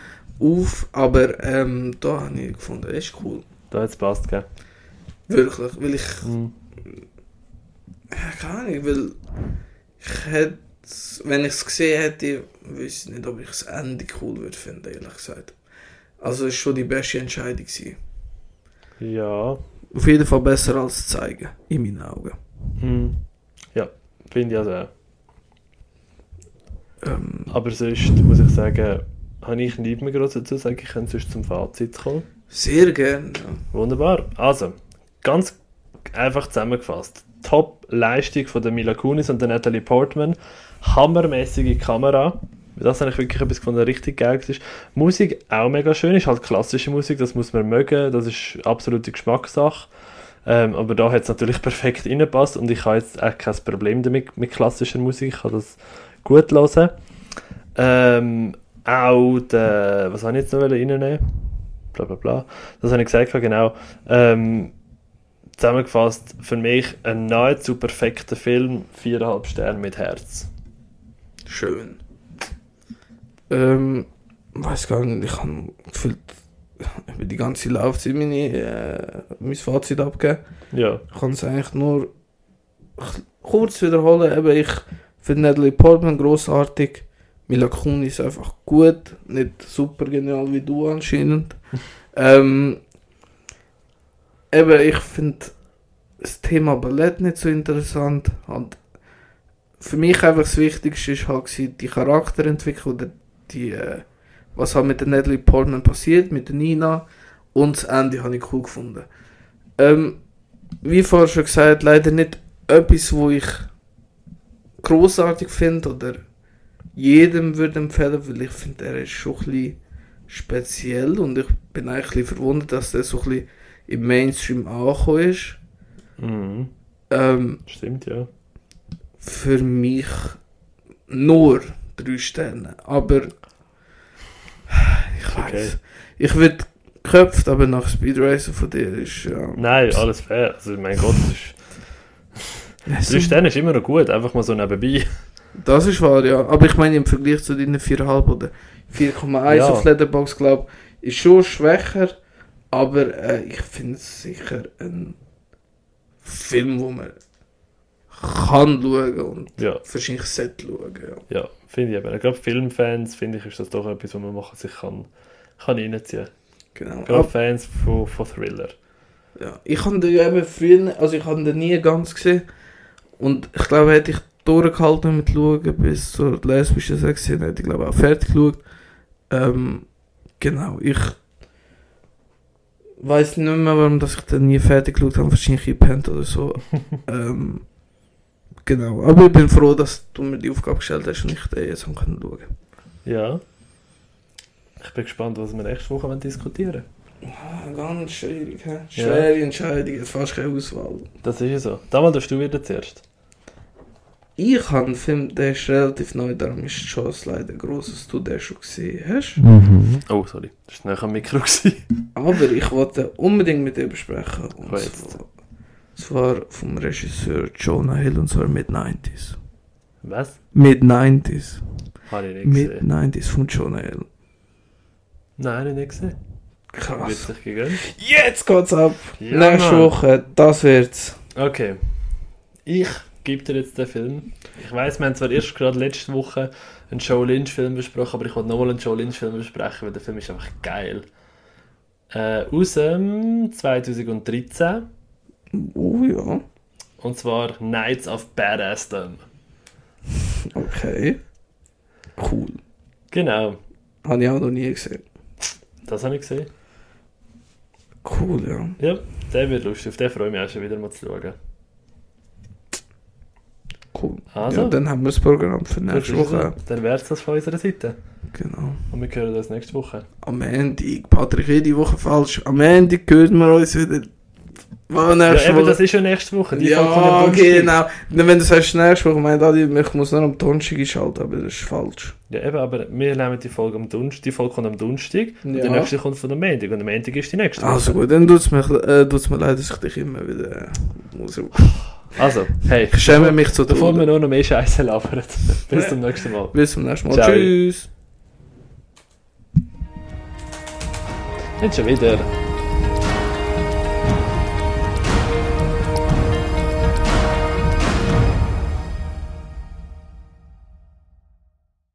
auf, aber ähm, da habe ich gefunden, das ist cool. Da hat es passt, gell? Wirklich, weil ich... Mhm. Ja, keine Ahnung, weil ich hätte, wenn ich es gesehen hätte, wüsste ich nicht, ob ich das Ende cool würde finden, ehrlich gesagt. Also es war schon die beste Entscheidung gewesen. Ja. Auf jeden Fall besser als zeigen, in meinen Augen. Mhm. Ja, finde ich also auch. Ähm, Aber sonst muss ich sagen, habe ich nicht mehr groß dazu sagen, ich kann sonst zum Fazit kommen. sehr gerne, ja. Wunderbar. Also, ganz einfach zusammengefasst. Top-Leistung von der Mila Kunis und der Natalie Portman. Hammermäßige Kamera. Das habe ich wirklich etwas gefunden, das richtig geil ist. Musik auch mega schön, ist halt klassische Musik, das muss man mögen, das ist absolute Geschmackssache. Ähm, aber da hat es natürlich perfekt reingepasst und ich habe jetzt auch kein Problem damit mit klassischer Musik, ich kann das gut hören. Ähm, auch der, was habe ich jetzt noch reinnehmen? Bla bla bla. Das habe ich gesagt, genau. Ähm, zusammengefasst, für mich ein nahezu perfekter Film, viereinhalb Sterne mit Herz. Schön. Ähm, weiß gar nicht, ich habe gefühlt über die ganze Laufzeit meine, äh, mein Fazit abgeben. Ja. Ich kann es eigentlich nur kurz wiederholen. Eben, ich finde Natalie Portman grossartig. Mila Kunis ist einfach gut. Nicht super genial wie du anscheinend. ähm, eben, ich finde das Thema Ballett nicht so interessant. Und für mich einfach das Wichtigste ist halt die Charakterentwicklung oder die, äh, was halt mit der Natalie Portman passiert, mit der Nina, und das Ende habe ich cool gefunden. Ähm, wie vorher schon gesagt, leider nicht etwas, wo ich grossartig finde oder jedem würde empfehlen, weil ich finde, er ist schon ein bisschen speziell und ich bin eigentlich ein bisschen verwundert, dass der so ein bisschen im Mainstream angekommen ist. Mhm. Ähm, Stimmt, ja. für mich nur drei Sterne, aber ich weiß, Okay. ich würde geköpft, aber nach Speed Racer von dir ist ja... Nein, alles fair. Also, mein Gott, das ist, Ja, drei so- Sterne ist immer noch gut, einfach mal so nebenbei. Das ist wahr, ja. Aber ich meine, im Vergleich zu deinen vier Komma fünf oder vier Komma eins Ja. auf Letterboxd, glaube ich, ist schon schwächer. Aber äh, ich finde es sicher ein Film, wo man kann schauen und Ja, wahrscheinlich sollte schauen. Ja. ja, finde ich eben. Gerade Filmfans, finde ich, ist das doch etwas, was man machen, sich kann, kann reinziehen. Genau. Gerade Ab, Fans von, von Thriller. ja. Ich habe den ja eben früher, also ich habe den nie ganz gesehen. Und ich glaube, hätte ich durchgehalten mit schauen bis zur lesbischen Sex, hätte ich glaube auch fertig geschaut. Ähm, genau, ich weiß nicht mehr, warum dass ich den nie fertig geschaut habe, wahrscheinlich gepennt oder so. ähm, genau, aber ich bin froh, dass du mir die Aufgabe gestellt hast und ich den jetzt schauen kann. Ja. Ich bin gespannt, was wir nächste Woche diskutieren Ah, ganz schwierig, hä? Schwere Entscheidung, fast keine Auswahl. Das ist ja so. Damals darfst du wieder zuerst. Ich habe einen Film, der ist relativ neu, darum ist die Chance leider groß, dass du den schon gesehen hast. Oh, sorry. Das war nicht am Mikro. gewesen. Aber ich wollte unbedingt mit dir besprechen. Und Oh, jetzt. zwar, zwar vom Regisseur Jonah Hill und zwar Mid-nineties. Was? Mid-nineties. Habe ich nicht gesehen. Mid-nineties von Jonah Hill. Nein, habe ich nicht gesehen. Wird Krass. sich gegönnt. Jetzt geht's ab. Ja, Nächste Mann. Woche, das wird's. Okay. Ich gebe dir jetzt den Film. Ich weiss, wir haben zwar erst gerade letzte Woche einen Joe Lynch-Film besprochen, aber ich wollte nochmal einen Joe Lynch-Film besprechen, weil der Film ist einfach geil. Äh, aus dem zwanzig dreizehn. Oh ja. Und zwar Knights of Badassdom. Okay. Cool. Genau. Habe ich auch noch nie gesehen. Das habe ich gesehen. Cool, ja. Ja, der wird lustig. Auf den freue ich mich auch schon wieder mal zu schauen. Cool. Also. Ja, dann haben wir das Programm für nächste Das ist Woche. so. Dann wäre es das von unserer Seite. Genau. Und wir hören uns nächste Woche. Am Ende, Patrick, jede Woche falsch. Am Ende hören wir uns wieder. Wann Ja, nächste eben, Woche? das ist schon nächste Woche. Die Folge kommt Ja, am Donnerstag. genau. Wenn du sagst nächste Woche, meint Adi, ich muss nur am Donnerstag einschalten, aber das ist falsch. Ja, eben, aber wir nehmen die Folge am Donnerstag. Die Folge kommt am Donnerstag und Ja. der nächste kommt von der Montag. Und am Montag ist die nächste Woche. Also gut, dann tut es mir, äh, tut's mir leid, dass ich dich immer wieder äh, muss. Also, hey. Ich schäme mich zu Bevor wir tun. nur noch mehr Scheiße labern. Bis zum nächsten Mal. Bis zum nächsten Mal. Ciao. Tschüss. Nicht schon wieder.